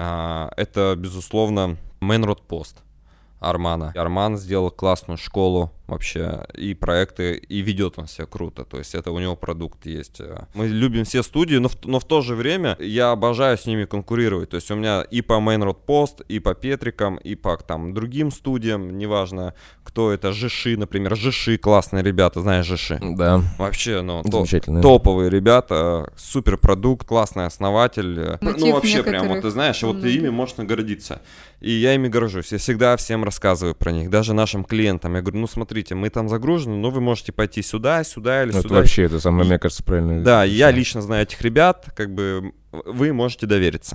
А, это, безусловно, Main Road Post Армана. Арман сделал классную школу вообще, и проекты, и ведет он себя круто, то есть это у него продукт есть. Мы любим все студии, но в, но в то же время я обожаю с ними конкурировать, то есть у меня и по Main Road Post, и по Петрикам, и по там другим студиям, неважно, кто это, Жиши, например, Жиши, классные ребята, знаешь Жиши? Да. Вообще, ну, топ, топовые ребята, супер продукт, классный основатель, Мотив ну вообще некоторых... прям, вот ты знаешь, вот ими можно гордиться, и я ими горжусь, я всегда всем рассказываю про них, даже нашим клиентам, я говорю, ну смотрите, мы там загружены, но вы можете пойти сюда, сюда или ну, сюда. Это вообще, это самое, мне кажется, правильно. Да, я лично знаю этих ребят, как бы вы можете довериться.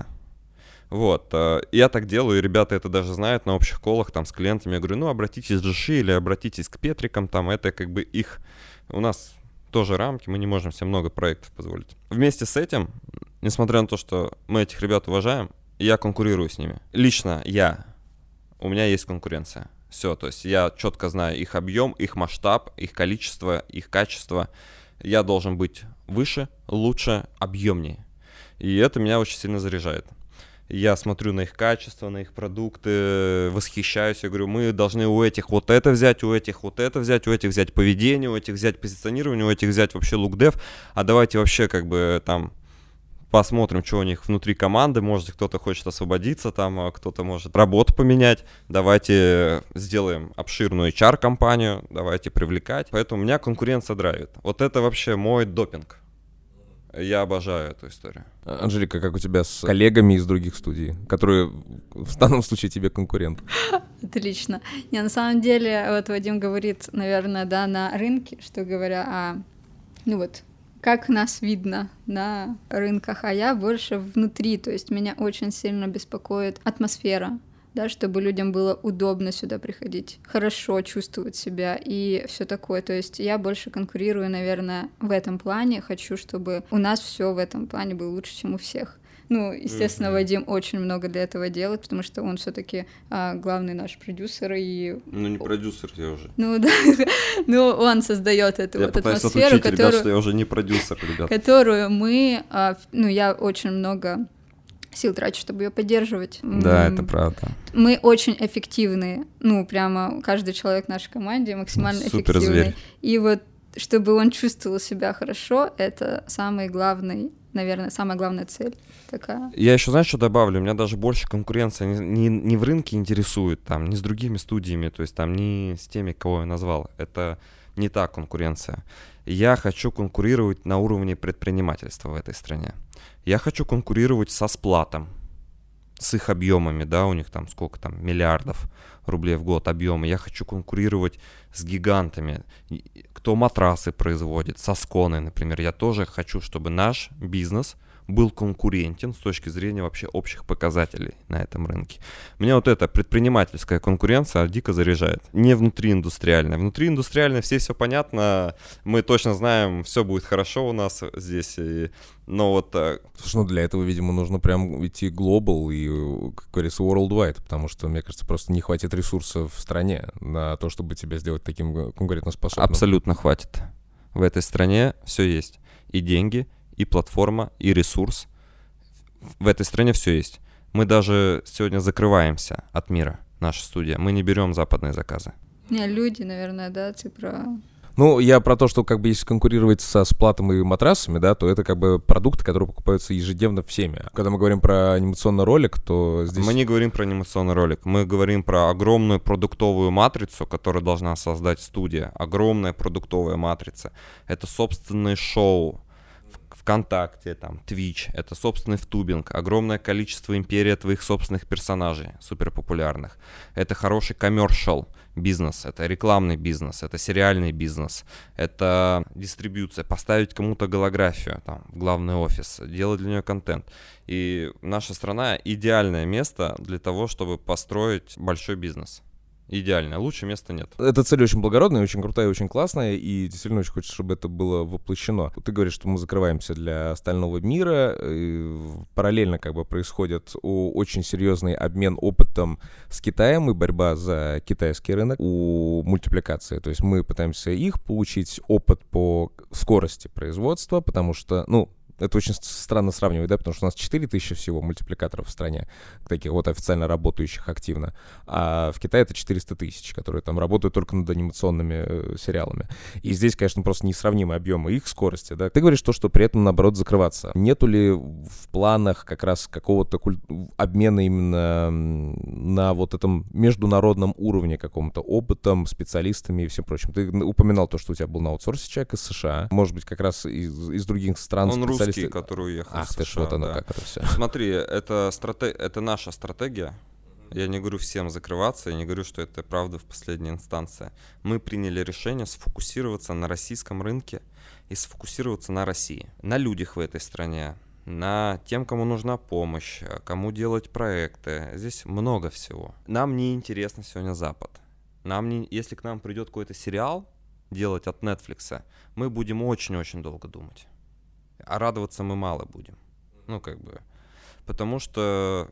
Вот, я так делаю, и ребята это даже знают на общих колах там с клиентами. Я говорю, ну обратитесь к Жиши или обратитесь к Петрикам, там это как бы их, у нас тоже рамки, мы не можем себе много проектов позволить. Вместе с этим, несмотря на то, что мы этих ребят уважаем, я конкурирую с ними. Лично я, у меня есть конкуренция. Все, то есть я четко знаю их объем, их масштаб, их количество, их качество. Я должен быть выше, лучше, объемнее. И это меня очень сильно заряжает. я смотрю на их качество, на их продукты, восхищаюсь, я говорю, мы должны у этих вот это взять, у этих вот это взять, у этих взять поведение, у этих взять позиционирование, у этих взять вообще лук-дев, а давайте вообще как бы там посмотрим, что у них внутри команды, может кто-то хочет освободиться там, кто-то может работу поменять, давайте сделаем обширную эйч ар-компанию, давайте привлекать, поэтому меня конкуренция драйвит. Вот это вообще мой допинг. Я обожаю эту историю. Анжелика, как у тебя с коллегами из других студий, которые в данном случае тебе конкурент? Отлично. Не, на самом деле, вот Вадим говорит, наверное, да, на рынке, что говоря, а, ну вот, как нас видно на рынках, а я больше внутри, то есть меня очень сильно беспокоит атмосфера, да, чтобы людям было удобно сюда приходить, хорошо чувствовать себя и все такое. То есть я больше конкурирую, наверное, в этом плане. Хочу, чтобы у нас все в этом плане было лучше, чем у всех. Ну, естественно, mm-hmm. Вадим очень много для этого делает, потому что он все-таки а, главный наш продюсер и. Ну не продюсер я уже. Ну да, ну он создает эту я вот атмосферу, отучить, которую, ребят, что я уже не продюсер, ребят. Которую мы, а, ну я очень много сил трачу, чтобы ее поддерживать. Да, это правда. Мы очень эффективные, ну, прямо каждый человек в нашей команде максимально Супер эффективный. Зверь. И вот, чтобы он чувствовал себя хорошо, это самый главный, наверное, самая главная цель такая. Я еще, знаешь, что добавлю? Меня даже больше конкуренция не, не, не в рынке интересует, там, не с другими студиями, то есть там не с теми, кого я назвал. Это не та конкуренция. Я хочу конкурировать на уровне предпринимательства в этой стране. Я хочу конкурировать со Сплатом, с их объемами, да, у них там сколько там, миллиардов рублей в год объемы. Я хочу конкурировать с гигантами, кто матрасы производит, со Сконой, например. Я тоже хочу, чтобы наш бизнес был конкурентен с точки зрения вообще общих показателей на этом рынке. Меня вот эта предпринимательская конкуренция дико заряжает. Не внутрииндустриальная. Внутрииндустриальная все все понятно, мы точно знаем, все будет хорошо у нас здесь, и... но вот... Слушай, ну для этого, видимо, нужно прям идти global и, как говорится, worldwide, потому что, мне кажется, просто не хватит ресурсов в стране на то, чтобы тебя сделать таким конкурентоспособным. Абсолютно хватит. В этой стране все есть. И деньги, и платформа, и ресурс. В этой стране все есть. Мы даже сегодня закрываемся от мира, наша студия. Мы не берем западные заказы. Не, люди, наверное, да, цифра... Ну, я про то, что как бы если конкурировать со Сплатом и матрасами, да, то это как бы продукты, которые покупаются ежедневно всеми. Когда мы говорим про анимационный ролик, то здесь... Мы не говорим про анимационный ролик, мы говорим про огромную продуктовую матрицу, которую должна создать студия. Огромная продуктовая матрица. Это собственные шоу, ВКонтакте, там, Twitch, это собственный втубинг, огромное количество империя твоих собственных персонажей, суперпопулярных. Это хороший коммершал бизнес, это рекламный бизнес, это сериальный бизнес, это дистрибьюция, поставить кому-то голографию там, в главный офис, делать для нее контент. И наша страна идеальное место для того, чтобы построить большой бизнес. Идеально, лучше места нет. Эта цель очень благородная, очень крутая, очень классная, и действительно очень хочется, чтобы это было воплощено. Ты говоришь, что мы закрываемся для остального мира, и параллельно как бы происходит очень серьезный обмен опытом с Китаем и борьба за китайский рынок у мультипликации. То есть мы пытаемся их получить опыт по скорости производства, потому что, ну, это очень странно сравнивать, да, потому что у нас четыре тысячи всего мультипликаторов в стране, таких вот официально работающих активно, а в Китае это четыреста тысяч, которые там работают только над анимационными э, сериалами. И здесь, конечно, просто несравнимые объемы их скорости, да. Ты говоришь то, что при этом, наоборот, закрываться. Нету ли в планах как раз какого-то куль... обмена именно на вот этом международном уровне каком-то опытом, специалистами и всем прочим? Ты упоминал то, что у тебя был на аутсорсе человек из США, может быть, как раз из, из других стран. Он русский, который уехал Ах, в США. Ах ты ж, вот оно да. как это все. Смотри, это, страте... это наша стратегия. Я не говорю всем закрываться, я не говорю, что это правда в последней инстанции. Мы приняли решение сфокусироваться на российском рынке и сфокусироваться на России, на людях в этой стране, на тем, кому нужна помощь, кому делать проекты. Здесь много всего. Нам не интересно сегодня Запад. Нам не... Если к нам придет какой-то сериал делать от Netflix, мы будем очень-очень долго думать. А радоваться мы мало будем. Ну, как бы. Потому что...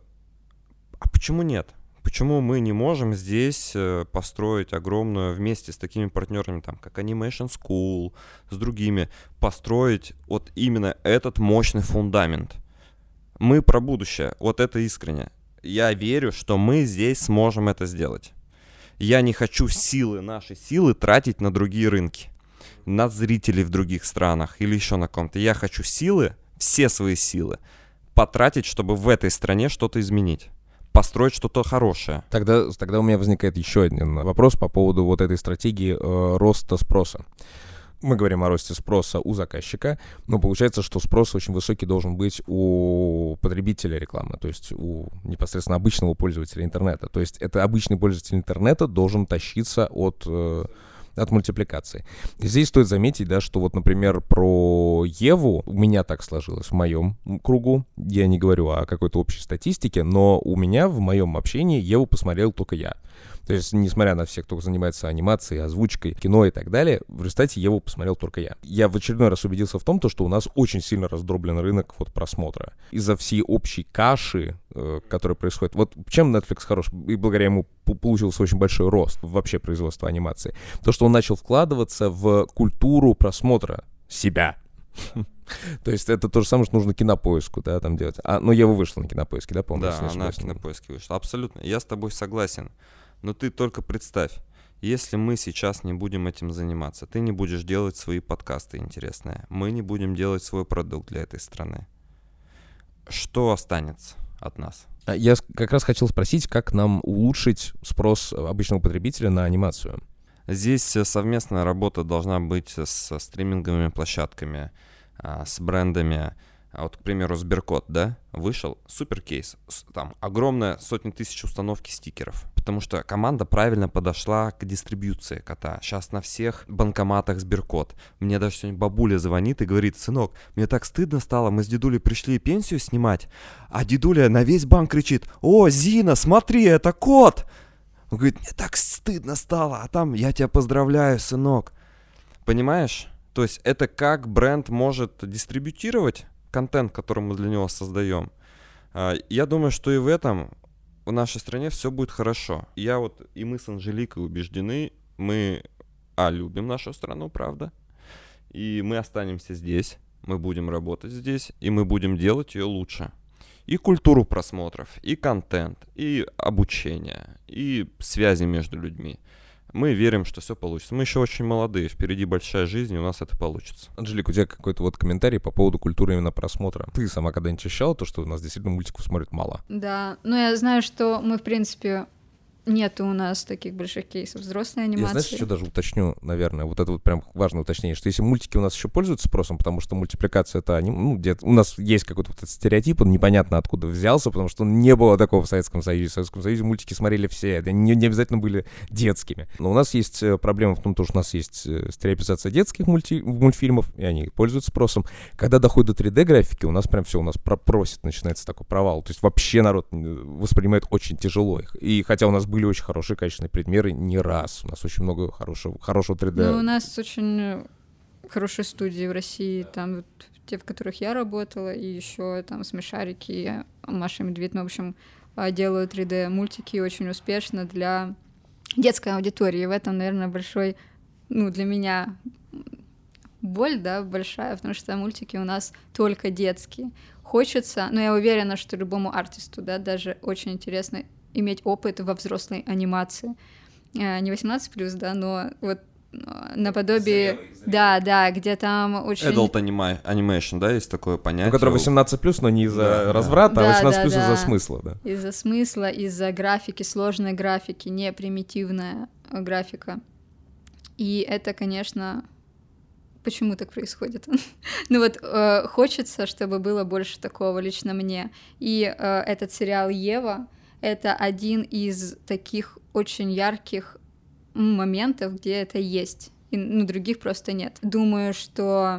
А почему нет? Почему мы не можем здесь построить огромную, вместе с такими партнерами, там, как Animation School, с другими, построить вот именно этот мощный фундамент? Мы про будущее, вот это искренне. Я верю, что мы здесь сможем это сделать. Я не хочу силы, наши силы тратить на другие рынки, на зрителей в других странах или еще на ком-то. Я хочу силы, все свои силы потратить, чтобы в этой стране что-то изменить, построить что-то хорошее. Тогда, тогда у меня возникает еще один вопрос по поводу вот этой стратегии э, роста спроса. Мы говорим о росте спроса у заказчика, но получается, что спрос очень высокий должен быть у потребителя рекламы, то есть у непосредственно обычного пользователя интернета. То есть это обычный пользователь интернета должен тащиться от... Э, от мультипликации. И здесь стоит заметить, да, что вот, например, про Еву у меня так сложилось в моем кругу. Я не говорю о какой-то общей статистике, но у меня в моем общении Еву посмотрел только я. То есть, несмотря на всех, кто занимается анимацией, озвучкой, кино и так далее, в результате Еву посмотрел только я. Я в очередной раз убедился в том, что у нас очень сильно раздроблен рынок вот просмотра. Из-за всей общей каши, э, которая происходит. Вот чем Netflix хорош, и благодаря ему получился очень большой рост вообще производства анимации. То, что он начал вкладываться в культуру просмотра себя. То есть это то же самое, что нужно Кинопоиску, да, там делать. А, ну, Ева вышла на Кинопоиске, да, по-моему? Да, она в Кинопоиске вышла. Абсолютно. Я с тобой согласен. Но ты только представь, если мы сейчас не будем этим заниматься, ты не будешь делать свои подкасты интересные, мы не будем делать свой продукт для этой страны, что останется от нас? Я как раз хотел спросить, как нам улучшить спрос обычного потребителя на анимацию? Здесь совместная работа должна быть со стриминговыми площадками, с брендами. Вот, к примеру, Сберкот, да, вышел, супер кейс, там огромная сотни тысяч установки стикеров, потому что команда правильно подошла к дистрибьюции кота. Сейчас на всех банкоматах Сберкот. Мне даже сегодня бабуля звонит и говорит: сынок, мне так стыдно стало, мы с дедулей пришли пенсию снимать, а дедуля на весь банк кричит: о, Зина, смотри, это кот! Он говорит: мне так стыдно стало, а там: я тебя поздравляю, сынок. Понимаешь? То есть это как бренд может дистрибьютировать контент, который мы для него создаем. Я думаю, что и в этом в нашей стране все будет хорошо. Я вот и мы с Анжеликой убеждены, мы, а, любим нашу страну, правда, и мы останемся здесь, мы будем работать здесь, и мы будем делать ее лучше. И культуру просмотров, и контент, и обучение, и связи между людьми. Мы верим, что все получится. Мы еще очень молодые, впереди большая жизнь, и у нас это получится. Анжелика, у тебя какой-то вот комментарий по поводу культуры именно просмотра. Ты сама когда-нибудь ощущала то, что у нас действительно мультиков смотрят мало? Да, ну я знаю, что мы, в принципе, нету у нас таких больших кейсов взрослой анимации. Я, знаешь, еще даже уточню, наверное, вот это вот прям важное уточнение, что если мультики у нас еще пользуются спросом, потому что мультипликация это, ну, где-то у нас есть какой-то вот этот стереотип, он непонятно откуда взялся, потому что не было такого в Советском Союзе. В Советском Союзе мультики смотрели все, они не, не обязательно были детскими. Но у нас есть проблема в том, что у нас есть стереотипизация детских мульти, мультфильмов, и они пользуются спросом. Когда доходит до три дэ графики, у нас прям все, у нас просит, начинается такой провал. То есть вообще народ воспринимает очень тяжело их. И хотя у нас были очень хорошие, качественные предмеры не раз. У нас очень много хорошего, хорошего три дэ. Ну, у нас очень хорошие студии в России, там вот те, в которых я работала, и еще там Смешарики, Маша и Медведь, ну, в общем, делают три дэ-мультики очень успешно для детской аудитории. И в этом, наверное, большой, ну, для меня боль, да, большая, потому что мультики у нас только детские. Хочется, но я уверена, что любому артисту, да, даже очень интересно иметь опыт во взрослой анимации. Не восемнадцать плюс, да, но вот наподобие... Да, да, где там очень... Adult anima- animation, да, есть такое понятие. У которого восемнадцать плюс, но не из-за да, разврата, да, а восемнадцать плюс да, да. из-за смысла, да. Из-за смысла, из-за графики, сложной графики, не примитивная графика. И это, конечно... Почему так происходит? Ну вот э, хочется, чтобы было больше такого лично мне. И э, этот сериал «Ева» — это один из таких очень ярких моментов, где это есть. И, ну, других просто нет. Думаю, что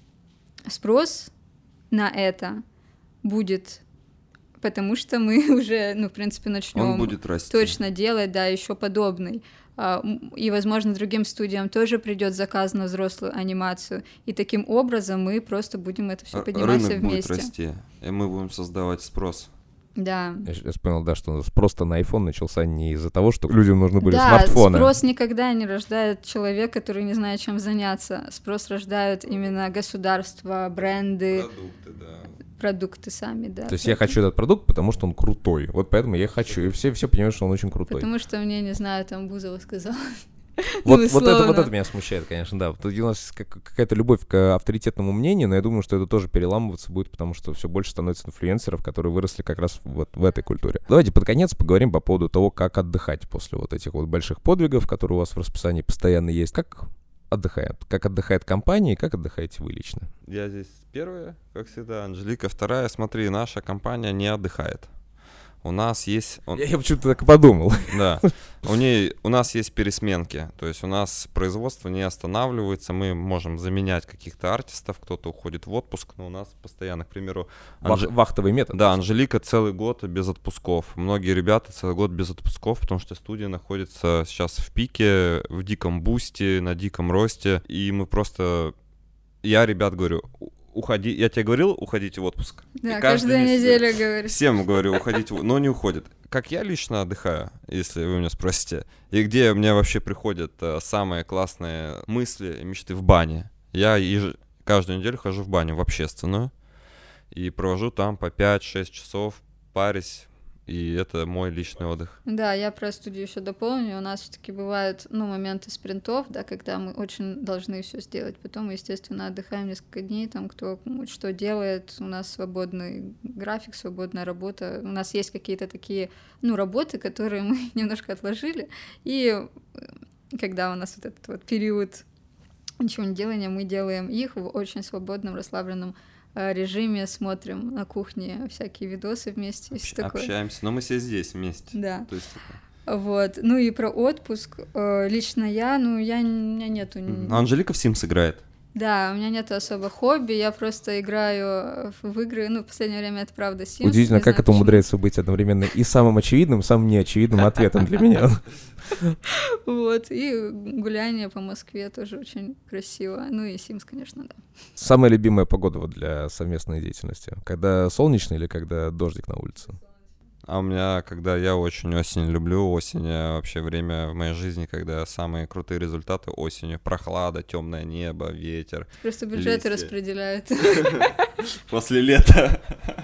спрос на это будет, потому что мы уже, ну, в принципе, начнем точно делать, да, еще подобный. И, возможно, другим студиям тоже придет заказ на взрослую анимацию. И таким образом мы просто будем это все поднимать все вместе. Рынок будет расти, и мы будем создавать спрос. Да. Я сейчас понял, да, что спрос на iPhone начался не из-за того, что людям нужны были да, смартфоны. Да, спрос никогда не рождает человек, который не знает, чем заняться. Спрос рождают именно государства, бренды. Продукты, да. продукты сами, да. То есть я хочу этот продукт, потому что он крутой. Вот поэтому я хочу. И все, все понимают, что он очень крутой. Потому что мне, не знаю, там Бузова сказал. Вот, ну, вот, это, вот это меня смущает, конечно, да. Тут у нас какая-то любовь к авторитетному мнению, но я думаю, что это тоже переламываться будет, потому что все больше становится инфлюенсеров, которые выросли как раз вот в этой культуре. Давайте под конец поговорим по поводу того, как отдыхать после вот этих вот больших подвигов, которые у вас в расписании постоянно есть. Как отдыхают? Как отдыхает компания и как отдыхаете вы лично? Я здесь первая, как всегда, Анжелика вторая. Смотри, наша компания не отдыхает. У нас есть... Он... Я, я почему-то так и подумал. Да. У, ней, у нас есть пересменки. То есть у нас производство не останавливается. Мы можем заменять каких-то артистов. Кто-то уходит в отпуск. Но у нас постоянно, к примеру... Анж... Вахтовый метод. Да, Анжелика целый год без отпусков. Многие ребята целый год без отпусков, потому что студия находится сейчас в пике, в диком бусте, на диком росте. И мы просто... Я ребят говорю... Уходи, я тебе говорил, уходите в отпуск. Да, каждую неделю говорю. Всем говорю, уходите, но не уходит. Как я лично отдыхаю, если вы меня спросите, и где у меня вообще приходят uh, самые классные мысли и мечты в бане. Я еж... каждую неделю хожу в баню, в общественную, и провожу там по пять-шесть часов, парюсь. И это мой личный отдых. Да, я про студию еще дополню. У нас все-таки бывают, ну, моменты спринтов, да, когда мы очень должны все сделать. Потом мы, естественно, отдыхаем несколько дней, там кто что делает. У нас свободный график, свободная работа. У нас есть какие-то такие, ну, работы, которые мы немножко отложили. И когда у нас вот этот вот период ничего не делания, мы делаем их в очень свободном, расслабленном режиме, смотрим на кухне всякие видосы вместе. Общ- общаемся, но мы все здесь вместе. Да. То есть... Вот. Ну и про отпуск. Лично я, ну, я, у меня нету... Анжелика в Sims играет. Да, у меня нет особо хобби, я просто играю в игры, ну, в последнее время это правда Sims. Удивительно, как это умудряется быть одновременно и самым очевидным, и самым неочевидным ответом для меня. Вот, и гуляние по Москве тоже очень красиво, ну и Sims, конечно, да. Самая любимая погода вот для совместной деятельности? Когда солнечно или когда дождик на улице? А у меня, когда я очень осень люблю, осень вообще время в моей жизни, когда самые крутые результаты осенью. Прохлада, темное небо, ветер. Просто бюджеты распределяют. После лета.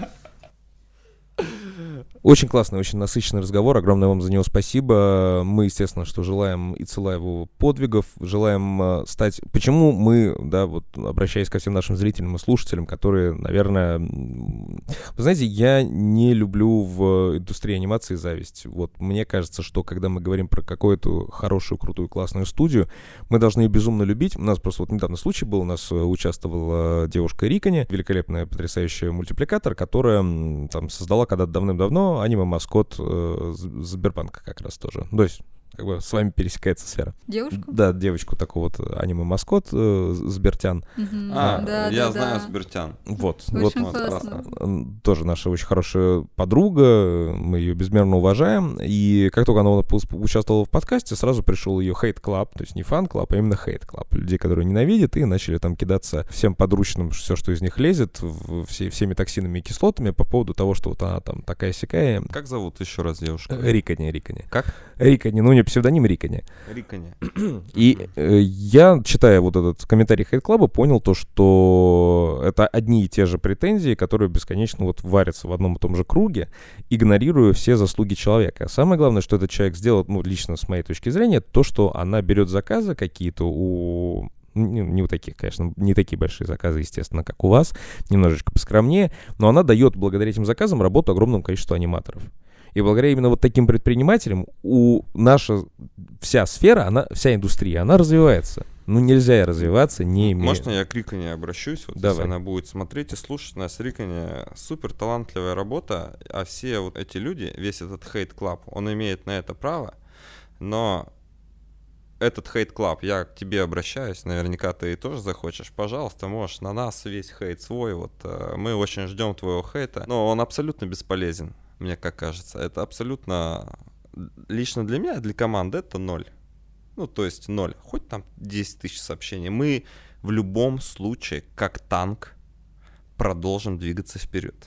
Очень классный, очень насыщенный разговор. Огромное вам за него спасибо. Мы, естественно, что желаем Ицелаеву подвигов, желаем стать... Почему мы, да, вот обращаясь ко всем нашим зрителям и слушателям, которые, наверное... Вы знаете, я не люблю в индустрии анимации зависть. Вот мне кажется, что когда мы говорим про какую-то хорошую, крутую, классную студию, мы должны ее безумно любить. У нас просто вот недавно случай был, у нас участвовала девушка Рикани, великолепная, потрясающая мультипликатор, которая там создала когда-то давным-давно аниме-маскот э, Сбербанка как раз тоже. То есть, как бы с вами пересекается сфера. Девушку? Да, девочку такого вот аниме-маскот э, Сбертян. Mm-hmm. А, да, я да, знаю да. Сбертян. Вот, очень вот, классно. Тоже наша очень хорошая подруга, мы ее безмерно уважаем. И как только она участвовала в подкасте, сразу пришел ее хейт-клаб, то есть не фан-клаб, а именно хейт-клаб. Людей, которые ненавидят, и начали там кидаться всем подручным, все, что из них лезет, все, всеми токсинами и кислотами по поводу того, что вот она там такая-сякая. Как зовут еще раз девушку? Рикани, Рикани. Как? Рикани, ну у нее псевдоним Рикани. Рикани. И э, я, читая вот этот комментарий хейт-клаба, понял то, что это одни и те же претензии, которые бесконечно вот варятся в одном и том же круге, игнорируя все заслуги человека. Самое главное, что этот человек сделал, ну, лично с моей точки зрения, то, что она берет заказы какие-то у... Не, не вот таких, конечно, не такие большие заказы, естественно, как у вас, немножечко поскромнее, но она дает благодаря этим заказам работу огромному количеству аниматоров. И благодаря именно вот таким предпринимателям у наша вся сфера, она, вся индустрия, она развивается. Ну, нельзя развиваться, не имея... Можно я к Рикане обращусь? Вот Давай. если она будет смотреть и слушать нас, Рикане супер талантливая работа, а все вот эти люди, весь этот хейт-клаб, он имеет на это право, но этот хейт-клаб, я к тебе обращаюсь, наверняка ты тоже захочешь, пожалуйста, можешь на нас весь хейт свой, вот мы очень ждем твоего хейта, но он абсолютно бесполезен. Мне как кажется, это абсолютно, лично для меня, для команды это ноль. Ну, то есть ноль. Хоть там десять тысяч сообщений. Мы в любом случае, как танк, продолжим двигаться вперед.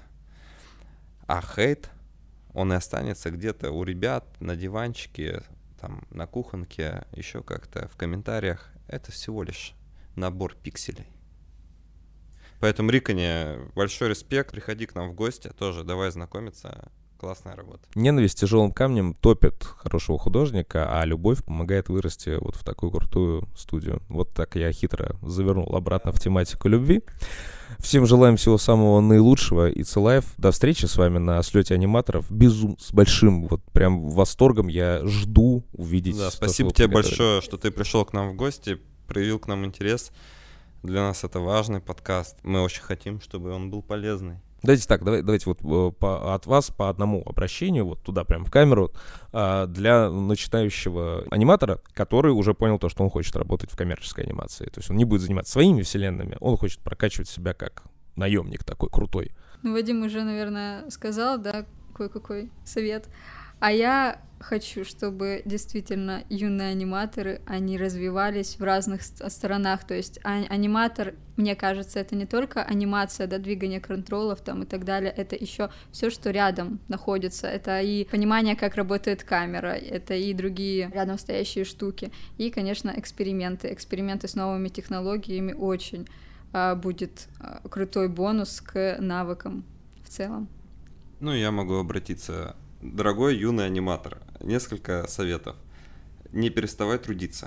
А хейт, он и останется где-то у ребят на диванчике, там, на кухонке, еще как-то в комментариях. Это всего лишь набор пикселей. Поэтому, Риконе, большой респект. Приходи к нам в гости тоже, давай знакомиться. Классная работа. Ненависть тяжелым камнем топит хорошего художника, а любовь помогает вырасти вот в такую крутую студию. Вот так я хитро завернул обратно в тематику любви. Всем желаем всего самого наилучшего. It's Alive. До встречи с вами на слете аниматоров. Безум, с большим вот прям восторгом я жду увидеть. Да, спасибо тебе большое, что ты пришел к нам в гости, проявил к нам интерес. Для нас это важный подкаст. Мы очень хотим, чтобы он был полезный. Давайте так, давайте, давайте вот по, от вас по одному обращению, вот туда прямо в камеру, а, для начинающего аниматора, который уже понял то, что он хочет работать в коммерческой анимации. То есть он не будет заниматься своими вселенными, он хочет прокачивать себя как наемник такой крутой. Ну, Вадим уже, наверное, сказал, да, кое-какой совет. А я хочу, чтобы действительно юные аниматоры, они развивались в разных сторонах. То есть а- аниматор, мне кажется, это не только анимация, да, двигание контролов там и так далее, это еще все, что рядом находится. Это и понимание, как работает камера, это и другие рядом стоящие штуки. И, конечно, эксперименты. Эксперименты с новыми технологиями очень а, будет а, крутой бонус к навыкам в целом. Ну, я могу обратиться... Дорогой юный аниматор, несколько советов. Не переставай трудиться.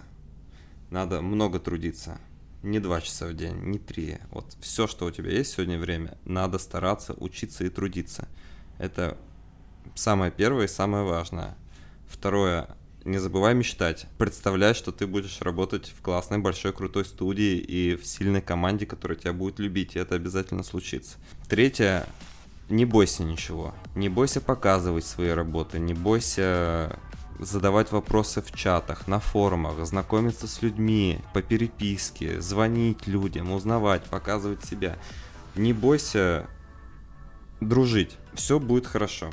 Надо много трудиться. Не два часа в день, не три. Вот все, что у тебя есть сегодня время, надо стараться учиться и трудиться. Это самое первое и самое важное. Второе. Не забывай мечтать. Представляй, что ты будешь работать в классной, большой, крутой студии и в сильной команде, которая тебя будет любить. И это обязательно случится. Третье. Не бойся ничего, не бойся показывать свои работы, не бойся задавать вопросы в чатах, на форумах, знакомиться с людьми по переписке, звонить людям, узнавать, показывать себя. Не бойся дружить, все будет хорошо.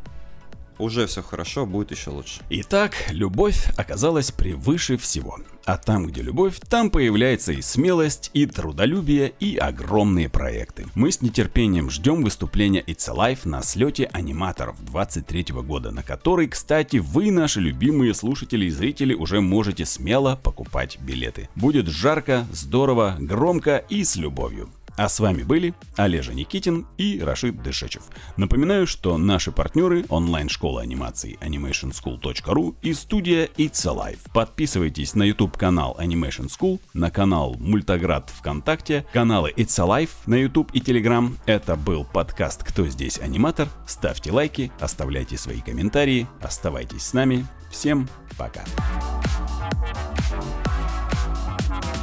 Уже все хорошо, будет еще лучше. Итак, любовь оказалась превыше всего. А там, где любовь, там появляется и смелость, и трудолюбие, и огромные проекты. Мы с нетерпением ждем выступления It's Alive на слете аниматоров двадцать третьего года, на который, кстати, вы, наши любимые слушатели и зрители, уже можете смело покупать билеты. Будет жарко, здорово, громко и с любовью. А с вами были Олежа Никитин и Рашид Дышечев. Напоминаю, что наши партнеры — онлайн-школа анимации animation school точка ру и студия It's Alive. Подписывайтесь на YouTube-канал Animation School, на канал Мультаград ВКонтакте, каналы It's Alive на YouTube и Telegram. Это был подкаст «Кто здесь аниматор?». Ставьте лайки, оставляйте свои комментарии, оставайтесь с нами. Всем пока.